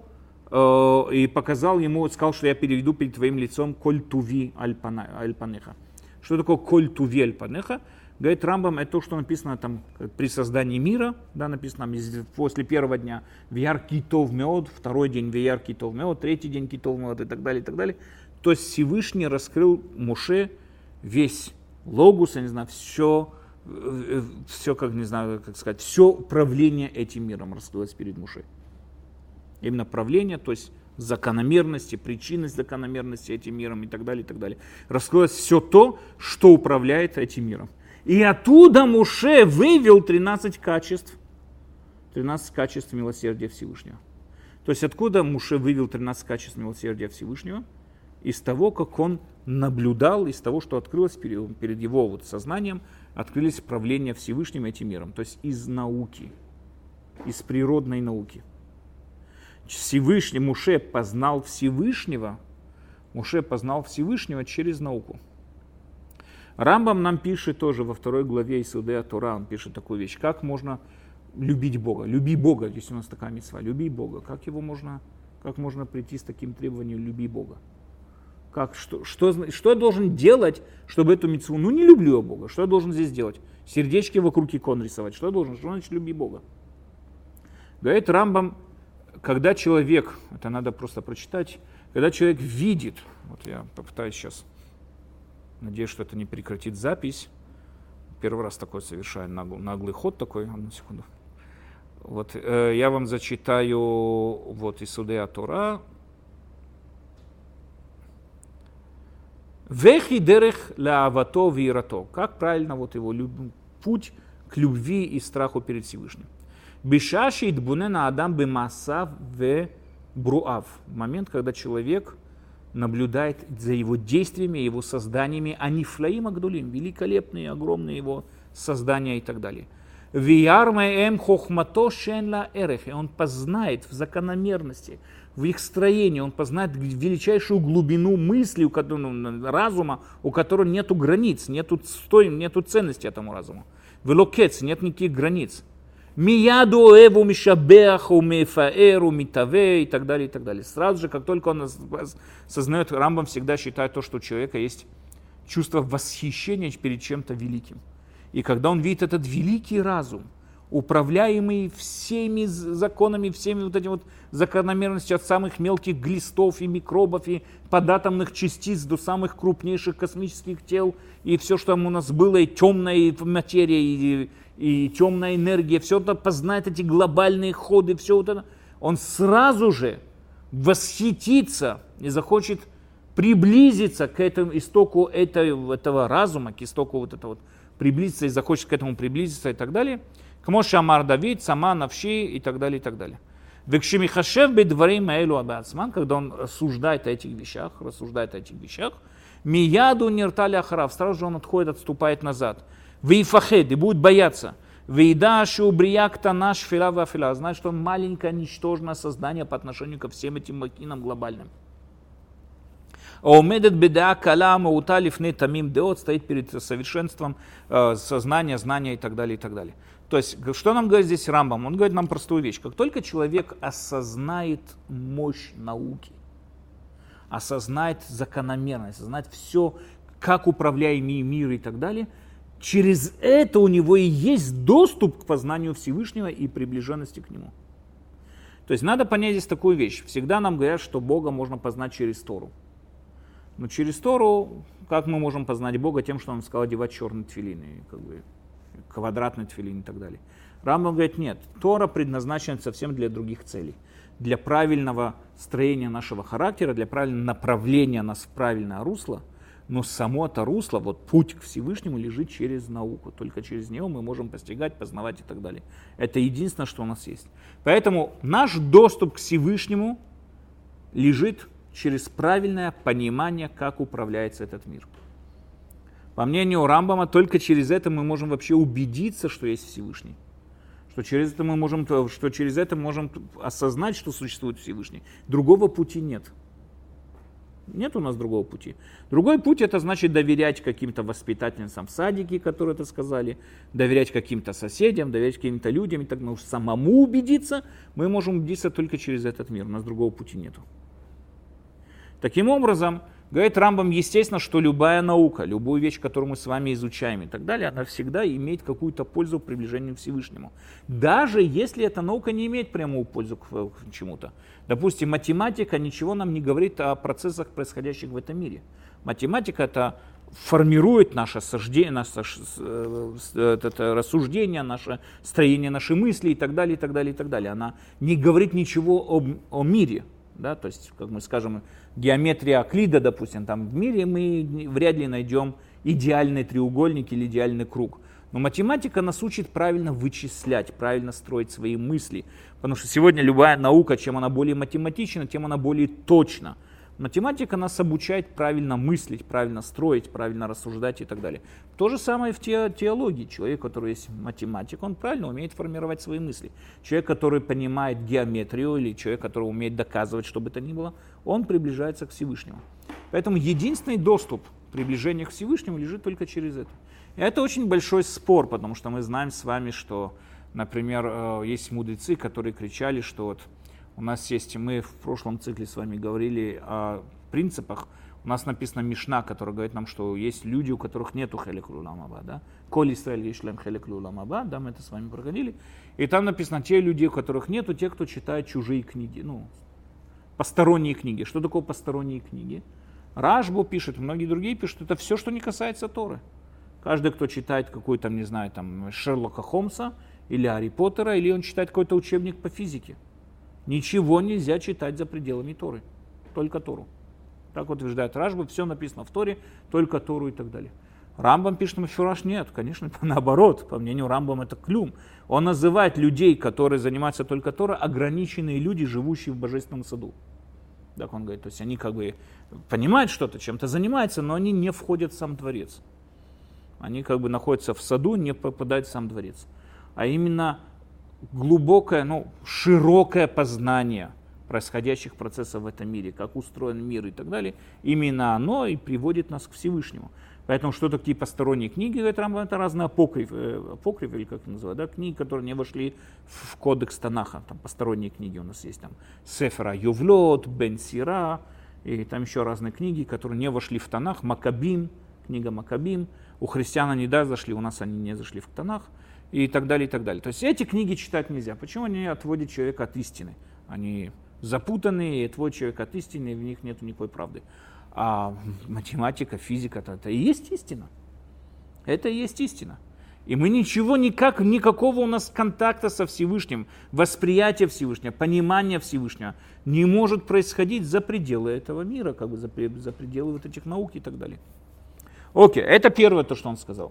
э, и показал ему, сказал, что я переведу перед твоим лицом «Коль туви аль-Панеха». Что такое «коль туви аль-Панеха»? Говорит Рамбам, это то, что написано там при создании мира, да, написано после первого дня «Вияр китов меод», второй день «Вияр китов меод», третий день «Китов меод» и так далее, и так далее. То есть Всевышний раскрыл Моше весь логус, я не знаю, все, все, как не знаю, как сказать, все правление этим миром раскрылось перед Моше. Именно правление, то есть закономерности, причинность закономерности этим миром и так далее, и так далее. Раскрылось все то, что управляет этим миром. И оттуда Моше вывел тринадцать качеств, тринадцать качеств милосердия Всевышнего. То есть откуда Моше вывел тринадцать качеств милосердия Всевышнего? Из того, как он наблюдал, из того, что открылось перед, перед его вот сознанием, открылись правления Всевышним этим миром. То есть из науки, из природной науки. Всевышний, Моше познал Всевышнего, Моше познал Всевышнего через науку. Рамбам нам пишет тоже во второй главе Исудея Тора, он пишет такую вещь, как можно любить Бога. Люби Бога, если у нас такая мицва, люби Бога. Как его можно, как можно прийти с таким требованием люби Бога? Как, что, что, что я должен делать, чтобы эту мицву, ну не люблю я Бога, что я должен здесь делать? Сердечки вокруг икон рисовать, что я должен, что значит люби Бога? Говорит Рамбам, когда человек, это надо просто прочитать, когда человек видит, вот я попытаюсь сейчас, надеюсь, что это не прекратит запись, первый раз такой совершаю наглый, наглый ход такой, одну секунду. Вот, э, я вам зачитаю вот Исудея Тора. Вехи дерех лаавато вирато. Как правильно вот его люб... путь к любви и страху перед Всевышним. Бешаши идбунена адам бемасав в бруав. Момент, когда человек наблюдает за его действиями, его созданиями, а не флаим агдулим, великолепные, огромные его создания и так далее. Виярмаэм хохмато шенла эрех. Он познает в закономерности, в их строении, он познает величайшую глубину мысли, у которого, разума, у которого нету границ, нету, стой, нету ценности этому разуму. Велокец, нет никаких границ. Мияду эву мишабеаху мефаэру митаве и так далее, и так далее. Сразу же, как только он осознает, Рамбам всегда считает то, что у человека есть чувство восхищения перед чем-то великим. И когда он видит этот великий разум, управляемый всеми законами, всеми вот этими вот закономерностями от самых мелких глистов и микробов, и податомных частиц до самых крупнейших космических тел, и все, что там у нас было, и темная материя, и, и темная энергия, все это познает эти глобальные ходы, все вот это, он сразу же восхитится и захочет приблизиться к этому истоку этого, этого разума, к истоку вот этого вот, приблизиться и захочет к этому приблизиться и так далее. Кмоша Амар Давид, сама навши и так далее, и так далее. Векшемихашев бедварим аэлу абацман, когда он рассуждает о этих вещах, рассуждает о этих вещах, мияду ниртали ахарав, сразу же он отходит, отступает назад. Вейфахед, и будет бояться. Вейдашу брияк танаш фила вафила, знает, что он маленькое, ничтожное создание по отношению ко всем этим махинам глобальным. Омедет беда калама уталив не тамим деот, стоит перед совершенством э, сознания, знания и так далее, и так далее. То есть, что нам говорит здесь Рамбам? Он говорит нам простую вещь. Как только человек осознает мощь науки, осознает закономерность, осознает все, как управляемый мир и так далее, через это у него и есть доступ к познанию Всевышнего и приближенности к нему. То есть, надо понять здесь такую вещь. Всегда нам говорят, что Бога можно познать через Тору. Но через Тору, как мы можем познать Бога? Тем, что Он сказал одевать черный тфилин, и как бы квадратный тфилин и так далее. Рамбам говорит, нет, Тора предназначена совсем для других целей. Для правильного строения нашего характера, для правильного направления нас в правильное русло. Но само это русло, вот путь к Всевышнему лежит через науку. Только через нее мы можем постигать, познавать и так далее. Это единственное, что у нас есть. Поэтому наш доступ к Всевышнему лежит через правильное понимание, как управляется этот мир. По мнению Рамбама, только через это мы можем вообще убедиться, что есть Всевышний. Что через это мы можем, что через это мы можем осознать, что существует Всевышний. Другого пути нет. Нет у нас другого пути. Другой путь — это значит доверять каким-то воспитательницам в садике, которые это сказали, доверять каким-то соседям, доверять каким-то людям, и так мы уж самому убедиться, мы можем убедиться только через этот мир. У нас другого пути нету. Таким образом, говорит Рамбам, естественно, что любая наука, любую вещь, которую мы с вами изучаем и так далее, она всегда имеет какую-то пользу в приближении к Всевышнему. Даже если эта наука не имеет прямую пользу к, к чему-то. Допустим, математика ничего нам не говорит о процессах, происходящих в этом мире. Математика это формирует наше, суждение, наше это рассуждение, наше строение нашей мысли и так далее, и так далее, и так далее. Она не говорит ничего о, о мире. Да, то есть, как мы скажем, геометрия Эвклида, допустим, там в мире мы вряд ли найдем идеальный треугольник или идеальный круг. Но математика нас учит правильно вычислять, правильно строить свои мысли. Потому что сегодня любая наука, чем она более математична, тем она более точна. Математика нас обучает правильно мыслить, правильно строить, правильно рассуждать и так далее. То же самое в теологии. Человек, который есть математик, он правильно умеет формировать свои мысли. Человек, который понимает геометрию, или человек, который умеет доказывать, что бы то ни было, он приближается к Всевышнему. Поэтому единственный доступ к приближению к Всевышнему лежит только через это. И это очень большой спор, потому что мы знаем с вами, что, например, есть мудрецы, которые кричали, что вот у нас есть, мы в прошлом цикле с вами говорили о принципах. У нас написана Мишна, которая говорит нам, что есть люди, у которых нету хелек лулам аба, да? Коль Исраэль ешлем хелек лулам аба, да, мы это с вами проходили. И там написано, те люди, у которых нету, те, кто читает чужие книги, ну, посторонние книги. Что такое посторонние книги? Рашбу пишет, многие другие пишут, это все, что не касается Торы. Каждый, кто читает какой-то, не знаю, там, Шерлока Холмса или Гарри Поттера, или он читает какой-то учебник по физике. Ничего нельзя читать за пределами Торы, только Тору. Так утверждает Рашба, все написано в Торе, только Тору и так далее. Рамбам пишет, Мефураш нет, конечно, это наоборот, по мнению Рамбам это клюм. Он называет людей, которые занимаются только Торой, ограниченные люди, живущие в божественном саду. Так он говорит, то есть они как бы понимают что-то, чем-то занимаются, но они не входят в сам дворец. Они как бы находятся в саду, не попадают в сам дворец. А именно глубокое, ну, широкое познание происходящих процессов в этом мире, как устроен мир и так далее, именно оно и приводит нас к Всевышнему. Поэтому что такие посторонние книги, говорит Рамбам, это разные апокрифы, апокрифы, или как это называют, да, книги, которые не вошли в кодекс Танаха, там посторонние книги у нас есть, там Сефера Йовлот, Бен Сира, и там еще разные книги, которые не вошли в Танах, Макабим, книга Маккабим, у христиан они, да, зашли, у нас они не зашли в Танах, и так далее, и так далее. То есть эти книги читать нельзя. Почему они отводят человека от истины? Они запутанные, и отводят человека от истины, и в них нет никакой правды. А математика, физика, это, это и есть истина. Это и есть истина. И мы ничего, никак, никакого у нас контакта со Всевышним, восприятия Всевышнего, понимания Всевышнего не может происходить за пределы этого мира, как бы за, за пределы вот этих наук и так далее. Окей, это первое, то, что он сказал.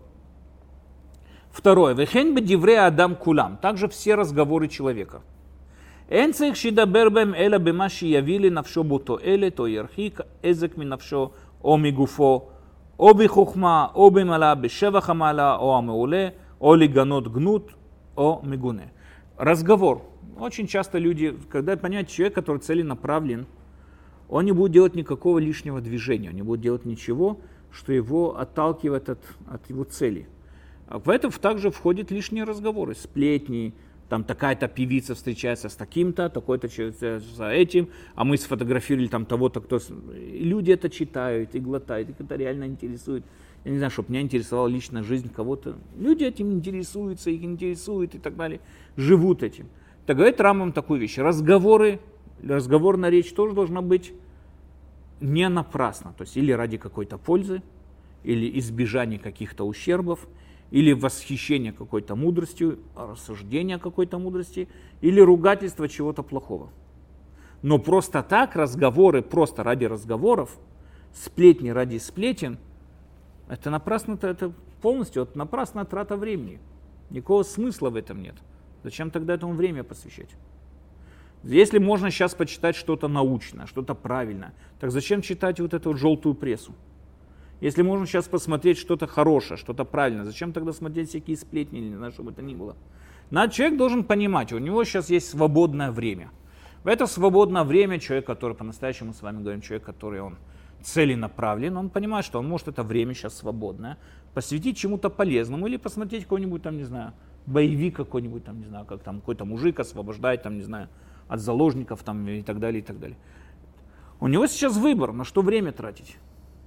Второе. Вехен бедивре адам кулам. Также все разговоры человека. Эн цех шидабер бэм эла бэма шиявили навшо буто эле, то ярхик, эзек ми навшо оми гуфо, оби хухма, оби мала, бешевах амала, о амеуле, о лиганот гнут, о мигуне. Разговор. Очень часто люди, когда понимают, человек, который целенаправлен, он не будет делать никакого лишнего движения, он не будет делать ничего, что его отталкивает от, от его цели. В это также входят лишние разговоры, сплетни, там такая-то певица встречается с таким-то, такой-то человек за этим, а мы сфотографировали там того-то, кто... И люди это читают и глотают, их это реально интересует. Я не знаю, чтобы меня интересовала личная жизнь кого-то. Люди этим интересуются, их интересует и так далее, живут этим. Так говорит Рамбам такую вещь. Разговоры, разговорная речь тоже должна быть не напрасно, то есть или ради какой-то пользы, или избежания каких-то ущербов, или восхищение какой-то мудростью, рассуждение какой-то мудрости, или ругательство чего-то плохого. Но просто так разговоры, просто ради разговоров, сплетни ради сплетен, это напрасно, это полностью это напрасная трата времени. Никакого смысла в этом нет. Зачем тогда этому время посвящать? Если можно сейчас почитать что-то научное, что-то правильное, так зачем читать вот эту вот желтую прессу? Если можно сейчас посмотреть что-то хорошее, что-то правильное, зачем тогда смотреть всякие сплетни, или не знаю, чтобы это ни было? Но человек должен понимать, у него сейчас есть свободное время. В это свободное время человек, который по-настоящему с вами говорим, человек, который он целенаправлен, он понимает, что он может это время сейчас свободное посвятить чему-то полезному или посмотреть какой-нибудь там, не знаю, боевик какой-нибудь там, не знаю, как там какой-то мужик освобождает там, не знаю, от заложников там и так далее, и так далее. У него сейчас выбор, на что время тратить.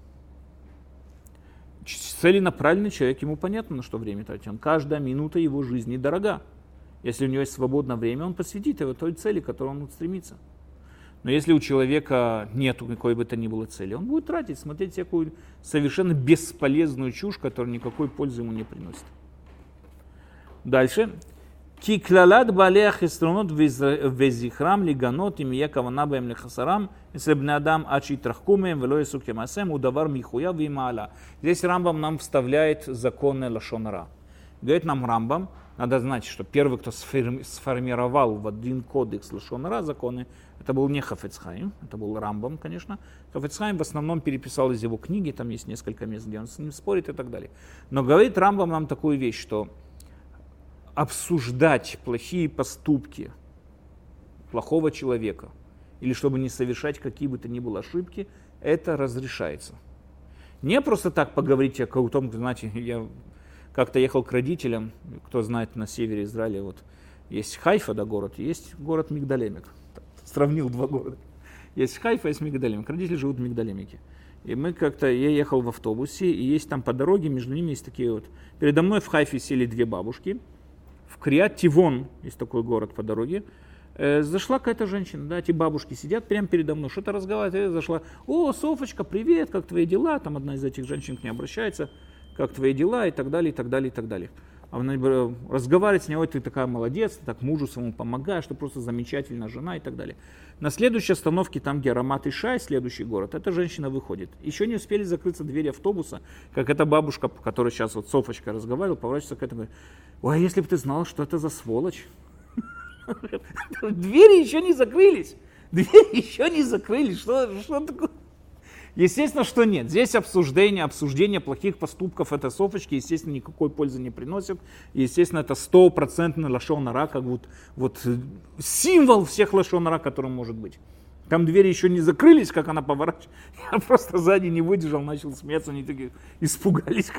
Целенаправленный человек, ему понятно, на что время тратить. Он, каждая минута его жизни дорога. Если у него есть свободное время, он посвятит его той цели, к которой он стремится. Но если у человека нет какой бы то ни было цели, он будет тратить, смотреть всякую совершенно бесполезную чушь, которая никакой пользы ему не приносит. Дальше. Ки клалат балея хиструнот везихрам лиганот им якавана бэм лехасарам если бне адам ачи трахкумем вело исук ямасем удавар михуя вимаала. Здесь Рамбам нам вставляет законы лашон ара. Говорит нам Рамбам, надо знать, что первый, кто сформировал в один кодекс лашон ара законы, это был не Хафец Хаим, это был Рамбам, конечно. Хафец Хаим в основном переписал из его книги, там есть несколько мест, где он с ним спорит и так далее. Но говорит Рамбам нам такую вещь, что обсуждать плохие поступки плохого человека, или чтобы не совершать какие бы то ни было ошибки, это разрешается. Не просто так поговорить о том, знаете, я как-то ехал к родителям, кто знает, на севере Израиля, вот есть Хайфа, да, город, есть город Мигдалемик. Сравнил два города. Есть Хайфа, есть Мигдалемик. Родители живут в Мигдалемике. И мы как-то, я ехал в автобусе, и есть там по дороге, между ними есть такие вот, передо мной в Хайфе сели две бабушки. В Криат-Тивон, есть такой город по дороге, э, зашла какая-то женщина, да, эти бабушки сидят прямо передо мной, что-то разговаривают, зашла, о, Софочка, привет, как твои дела, там одна из этих женщин к ней обращается, как твои дела, и так далее, и так далее, и так далее. А она разговаривает с ней, ой, ты такая молодец, ты так мужу своему помогаешь, ты просто замечательная жена, и так далее. На следующей остановке, там, где Рамат Ишай, следующий город, эта женщина выходит. Еще не успели закрыться двери автобуса, как эта бабушка, которая сейчас вот Софочка разговаривала, поворачивается к этому, ой, если бы ты знал, что это за сволочь. Двери еще не закрылись. Двери еще не закрылись. Что, что такое? Естественно, что нет. Здесь обсуждение, обсуждение плохих поступков этой Софочки, естественно, никакой пользы не приносит. И, естественно, это стопроцентный лашон ара, как вот, вот символ всех лашон ара, который может быть. Там двери еще не закрылись, как она поворачивает. Я просто сзади не выдержал, начал смеяться, они такие испугались.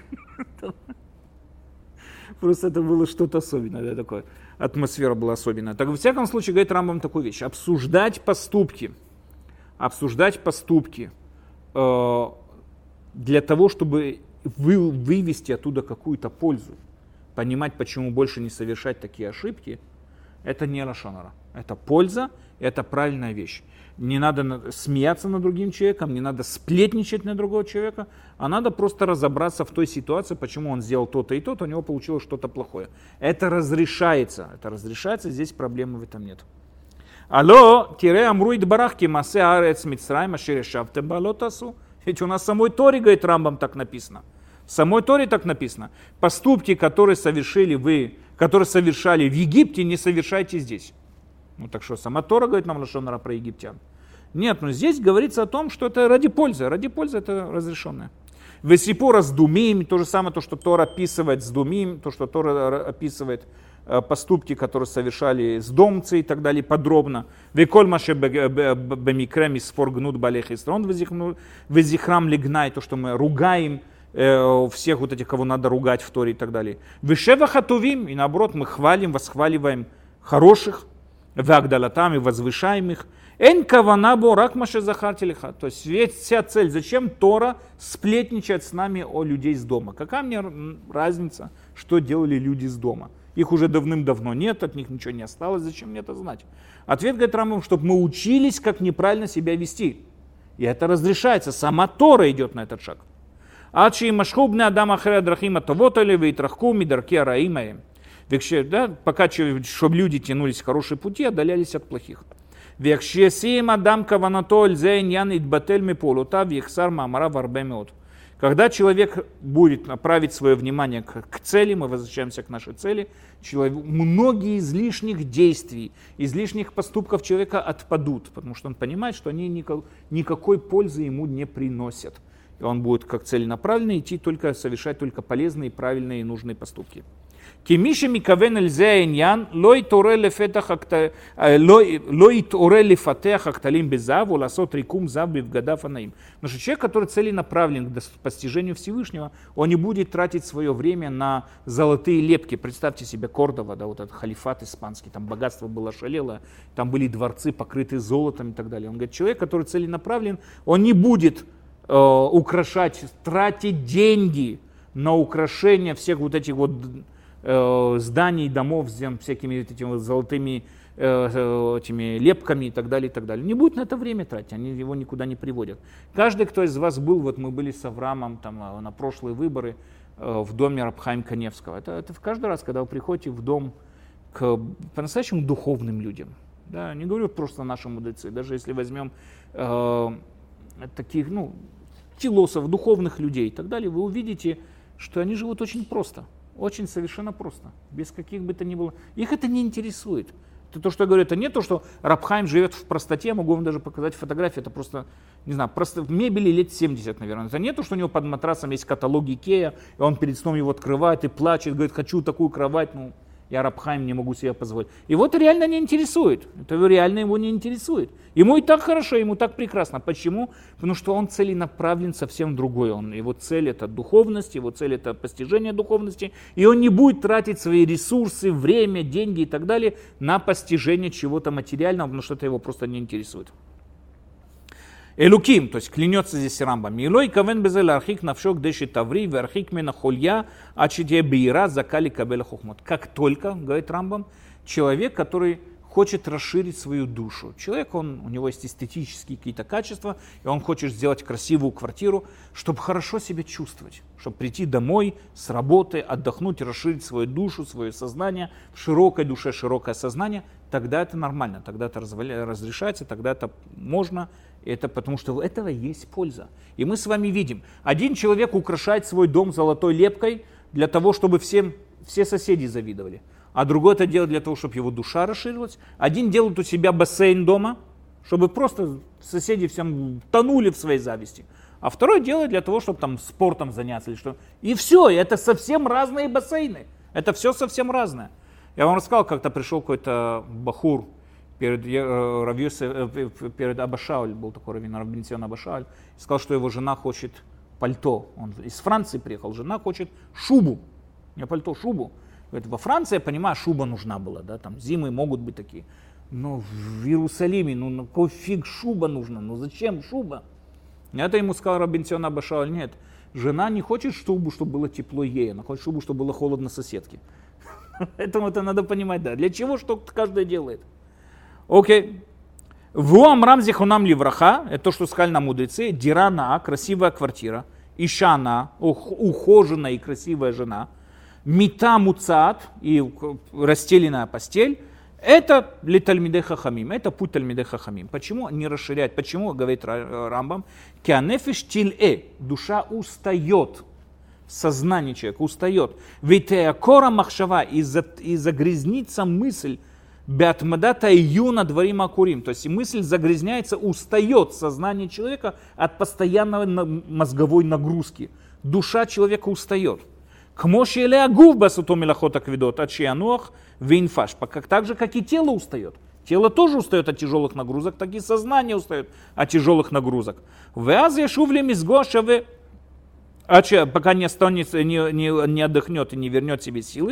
Просто это было что-то особенное, да, такое. Атмосфера была особенная. Так, во всяком случае, говорит Рамбам такую вещь. Обсуждать поступки. Обсуждать поступки. Для того, чтобы вы, вывести оттуда какую-то пользу, понимать, почему больше не совершать такие ошибки, это не лашон ара. Это польза, это правильная вещь. Не надо смеяться над другим человеком, не надо сплетничать на другого человека, а надо просто разобраться в той ситуации, почему он сделал то-то и то-то, у него получилось что-то плохое. Это разрешается, это разрешается, здесь проблемы в этом нет. Алло, тире амруид барахки масе арец мицраим ашерешавте балотасу. Ведь у нас в самой Торе, говорит Рамбам, так написано. В самой Торе так написано. Поступки, которые совершили вы, которые совершали в Египте, не совершайте здесь. Ну так что, сама Тора говорит нам лашон ара про египтян. Нет, но здесь говорится о том, что это ради пользы. Ради пользы это разрешенное. Весипура с думим, то же самое, то, что Тора описывает с думим, то, что Тора описывает поступки, которые совершали с домцы и так далее, подробно. Веколь маше бемикрем из форгнут балех истрон везихрам лигнай, то, что мы ругаем всех вот этих, кого надо ругать в Торе и так далее. Вешева хатувим, и наоборот, мы хвалим, восхваливаем хороших, вагдалатам и возвышаем их. Эн каванабо рак маше захартилиха. То есть вся цель, зачем Тора сплетничает с нами о людей с дома? Какая мне разница, что делали люди с дома? Их уже давным-давно нет, от них ничего не осталось, зачем мне это знать? Ответ говорит Рамбам, чтобы мы учились, как неправильно себя вести. И это разрешается, сама Тора идет на этот шаг. Ачи и машхубны адам ахре драхима тавотали вейтрахку мидарки араимаем. Пока чтобы люди тянулись в хорошие пути, отдалялись от плохих. Когда человек будет направить свое внимание к, к цели, мы возвращаемся к нашей цели, человек, многие из лишних действий, из лишних поступков человека отпадут, потому что он понимает, что они никак, никакой пользы ему не приносят. И он будет как целенаправленно идти, только совершать только полезные, правильные и нужные поступки. Кемиши микавен эльзе иньян лой торе лефетах лой торе лефатех акталим безав уласот рикум зав бивгадав анаим. Потому что человек, который целенаправлен к постижению Всевышнего, он не будет тратить свое время на золотые лепки. Представьте себе Кордова, да, вот этот халифат испанский, там богатство было шалело, там были дворцы покрыты золотом и так далее. Он говорит, человек, который целенаправлен, он не будет э, украшать, тратить деньги на украшение всех вот этих вот зданий, домов с всякими этими золотыми этими лепками и так далее, и так далее. Не будет на это время тратить, они его никуда не приводят. Каждый, кто из вас был, вот мы были с Авраамом там, на прошлые выборы в доме Раб Хаим Каневского. Это, это каждый раз, когда вы приходите в дом к по-настоящему духовным людям. Да, не говорю просто наши мудрецы, даже если возьмем э, таких, ну, философов, духовных людей и так далее, вы увидите, что они живут очень просто. Очень совершенно просто, без каких бы то ни было. Их это не интересует. Это то, что я говорю, это не то, что Раб Хаим живет в простоте, я могу вам даже показать фотографии, это просто, не знаю, просто в мебели лет семьдесят, наверное. Это не то, что у него под матрасом есть каталог Икея, и он перед сном его открывает и плачет, говорит, хочу такую кровать, ну, я Раб Хаим, не могу себе позволить. Его это реально не интересует, это реально его не интересует. Ему и так хорошо, ему так прекрасно. Почему? Потому что он целенаправлен совсем другой. Он, его цель это духовность, его цель это постижение духовности, и он не будет тратить свои ресурсы, время, деньги и так далее на постижение чего-то материального, потому что это его просто не интересует. Элуким, то есть клянется здесь Рамбам. Илой кавен безел архик навшок деши таври в архик мена холья ачидье бейра закали кабеля хохмот. Как только, говорит Рамбам, человек, который хочет расширить свою душу. Человек, он, у него есть эстетические какие-то качества, и он хочет сделать красивую квартиру, чтобы хорошо себя чувствовать, чтобы прийти домой с работы, отдохнуть, расширить свою душу, свое сознание, в широкой душе широкое сознание, тогда это нормально, тогда это разрешается, тогда это можно, это потому что у этого есть польза. И мы с вами видим, один человек украшает свой дом золотой лепкой для того, чтобы всем, все соседи завидовали. А другой это делает для того, чтобы его душа расширилась. Один делает у себя бассейн дома, чтобы просто соседи всем тонули в своей зависти. А второй делает для того, чтобы там спортом заняться или что. И все, и это совсем разные бассейны. Это все совсем разное. Я вам рассказал, как-то пришел какой-то бахур перед, э, перед Абашауль, был такой раввин, Рабби Цион Абашауль, и сказал, что его жена хочет пальто. Он из Франции приехал, жена хочет шубу. Не пальто, шубу. Говорит, во Франции, я понимаю, шуба нужна была, да, там зимы могут быть такие. Но в Иерусалиме, ну на какой фиг шуба нужна, ну зачем шуба? Это ему сказал Рабби Цион Абашауль, нет. Жена не хочет шубу, чтобы было тепло ей, она хочет шубу, чтобы было холодно соседке. Поэтому это надо понимать, да. Для чего что каждый делает. Окей. Во Амрам зихунам ливраха, это то, что сказали нам мудрецы, дирана, красивая квартира, ишана, ухоженная и красивая жена, мита муцат, и расстеленная постель, это ли Талмидей Хахамим, это путь Талмидей Хахамим. Почему не расширять? Почему, говорит Рамбам, кианефиш тиль-э, душа устает, сознание человека устает. Ведь кора махшава, и загрязнится мысль, бятмадата июна дворим акурим, то есть мысль загрязняется, устает сознание человека от постоянной мозговой нагрузки. Душа человека устает. Кмоши или агув басутом илахота квидот, ачиануах винфаш. Так же, как и тело устает. Тело тоже устает от тяжелых нагрузок, так и сознание устает от тяжелых нагрузок. Вяз яшувли мизгошаве, пока не останется, не, не, не отдохнет и не вернет себе силы.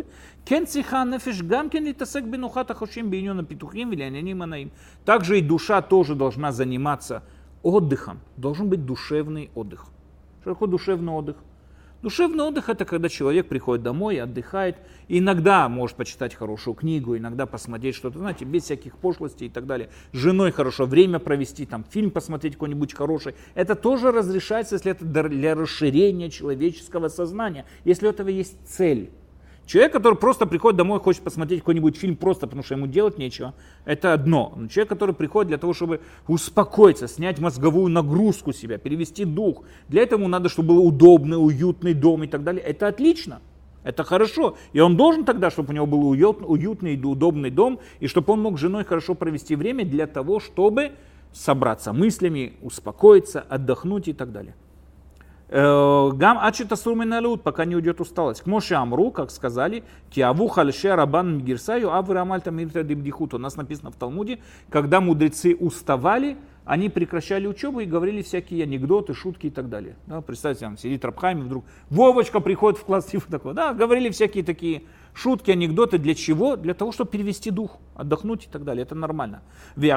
Также и душа тоже должна заниматься отдыхом. Должен быть душевный отдых. Что такое душевный отдых? Душевный отдых — это когда человек приходит домой, отдыхает, и иногда может почитать хорошую книгу, иногда посмотреть что-то, знаете, без всяких пошлостей и так далее. С женой хорошо время провести, там, фильм посмотреть какой-нибудь хороший. Это тоже разрешается, если это для расширения человеческого сознания, если у этого есть цель. Человек, который просто приходит домой, хочет посмотреть какой-нибудь фильм просто потому, что ему делать нечего, это одно. Но человек, который приходит для того, чтобы успокоиться, снять мозговую нагрузку себя, перевести дух, для этого ему надо, чтобы был удобный, уютный дом и так далее. Это отлично, это хорошо. И он должен тогда, чтобы у него был уют, уютный и удобный дом, и чтобы он мог с женой хорошо провести время для того, чтобы собраться мыслями, успокоиться, отдохнуть и так далее. Гам ачита сурминалют, пока не уйдет усталость. К Моше Амру, как сказали, киаву хальше рабан мигирсаю, авы рамальта мирта дибдихут. У нас написано в Талмуде, когда мудрецы уставали, они прекращали учебу и говорили всякие анекдоты, шутки и так далее. Да, представьте, там сидит Раб Хаим, и вдруг Вовочка приходит в класс, и такой, да, говорили всякие такие шутки, анекдоты. Для чего? Для того, чтобы перевести дух, отдохнуть и так далее. Это нормально. И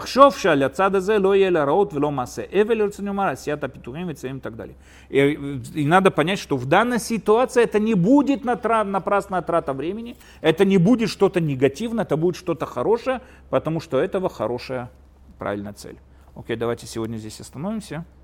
так далее. И, и надо понять, что в данной ситуации это не будет напрасная трата времени, это не будет что-то негативное, это будет что-то хорошее, потому что этого хорошая, правильная цель. Окей, давайте сегодня здесь остановимся.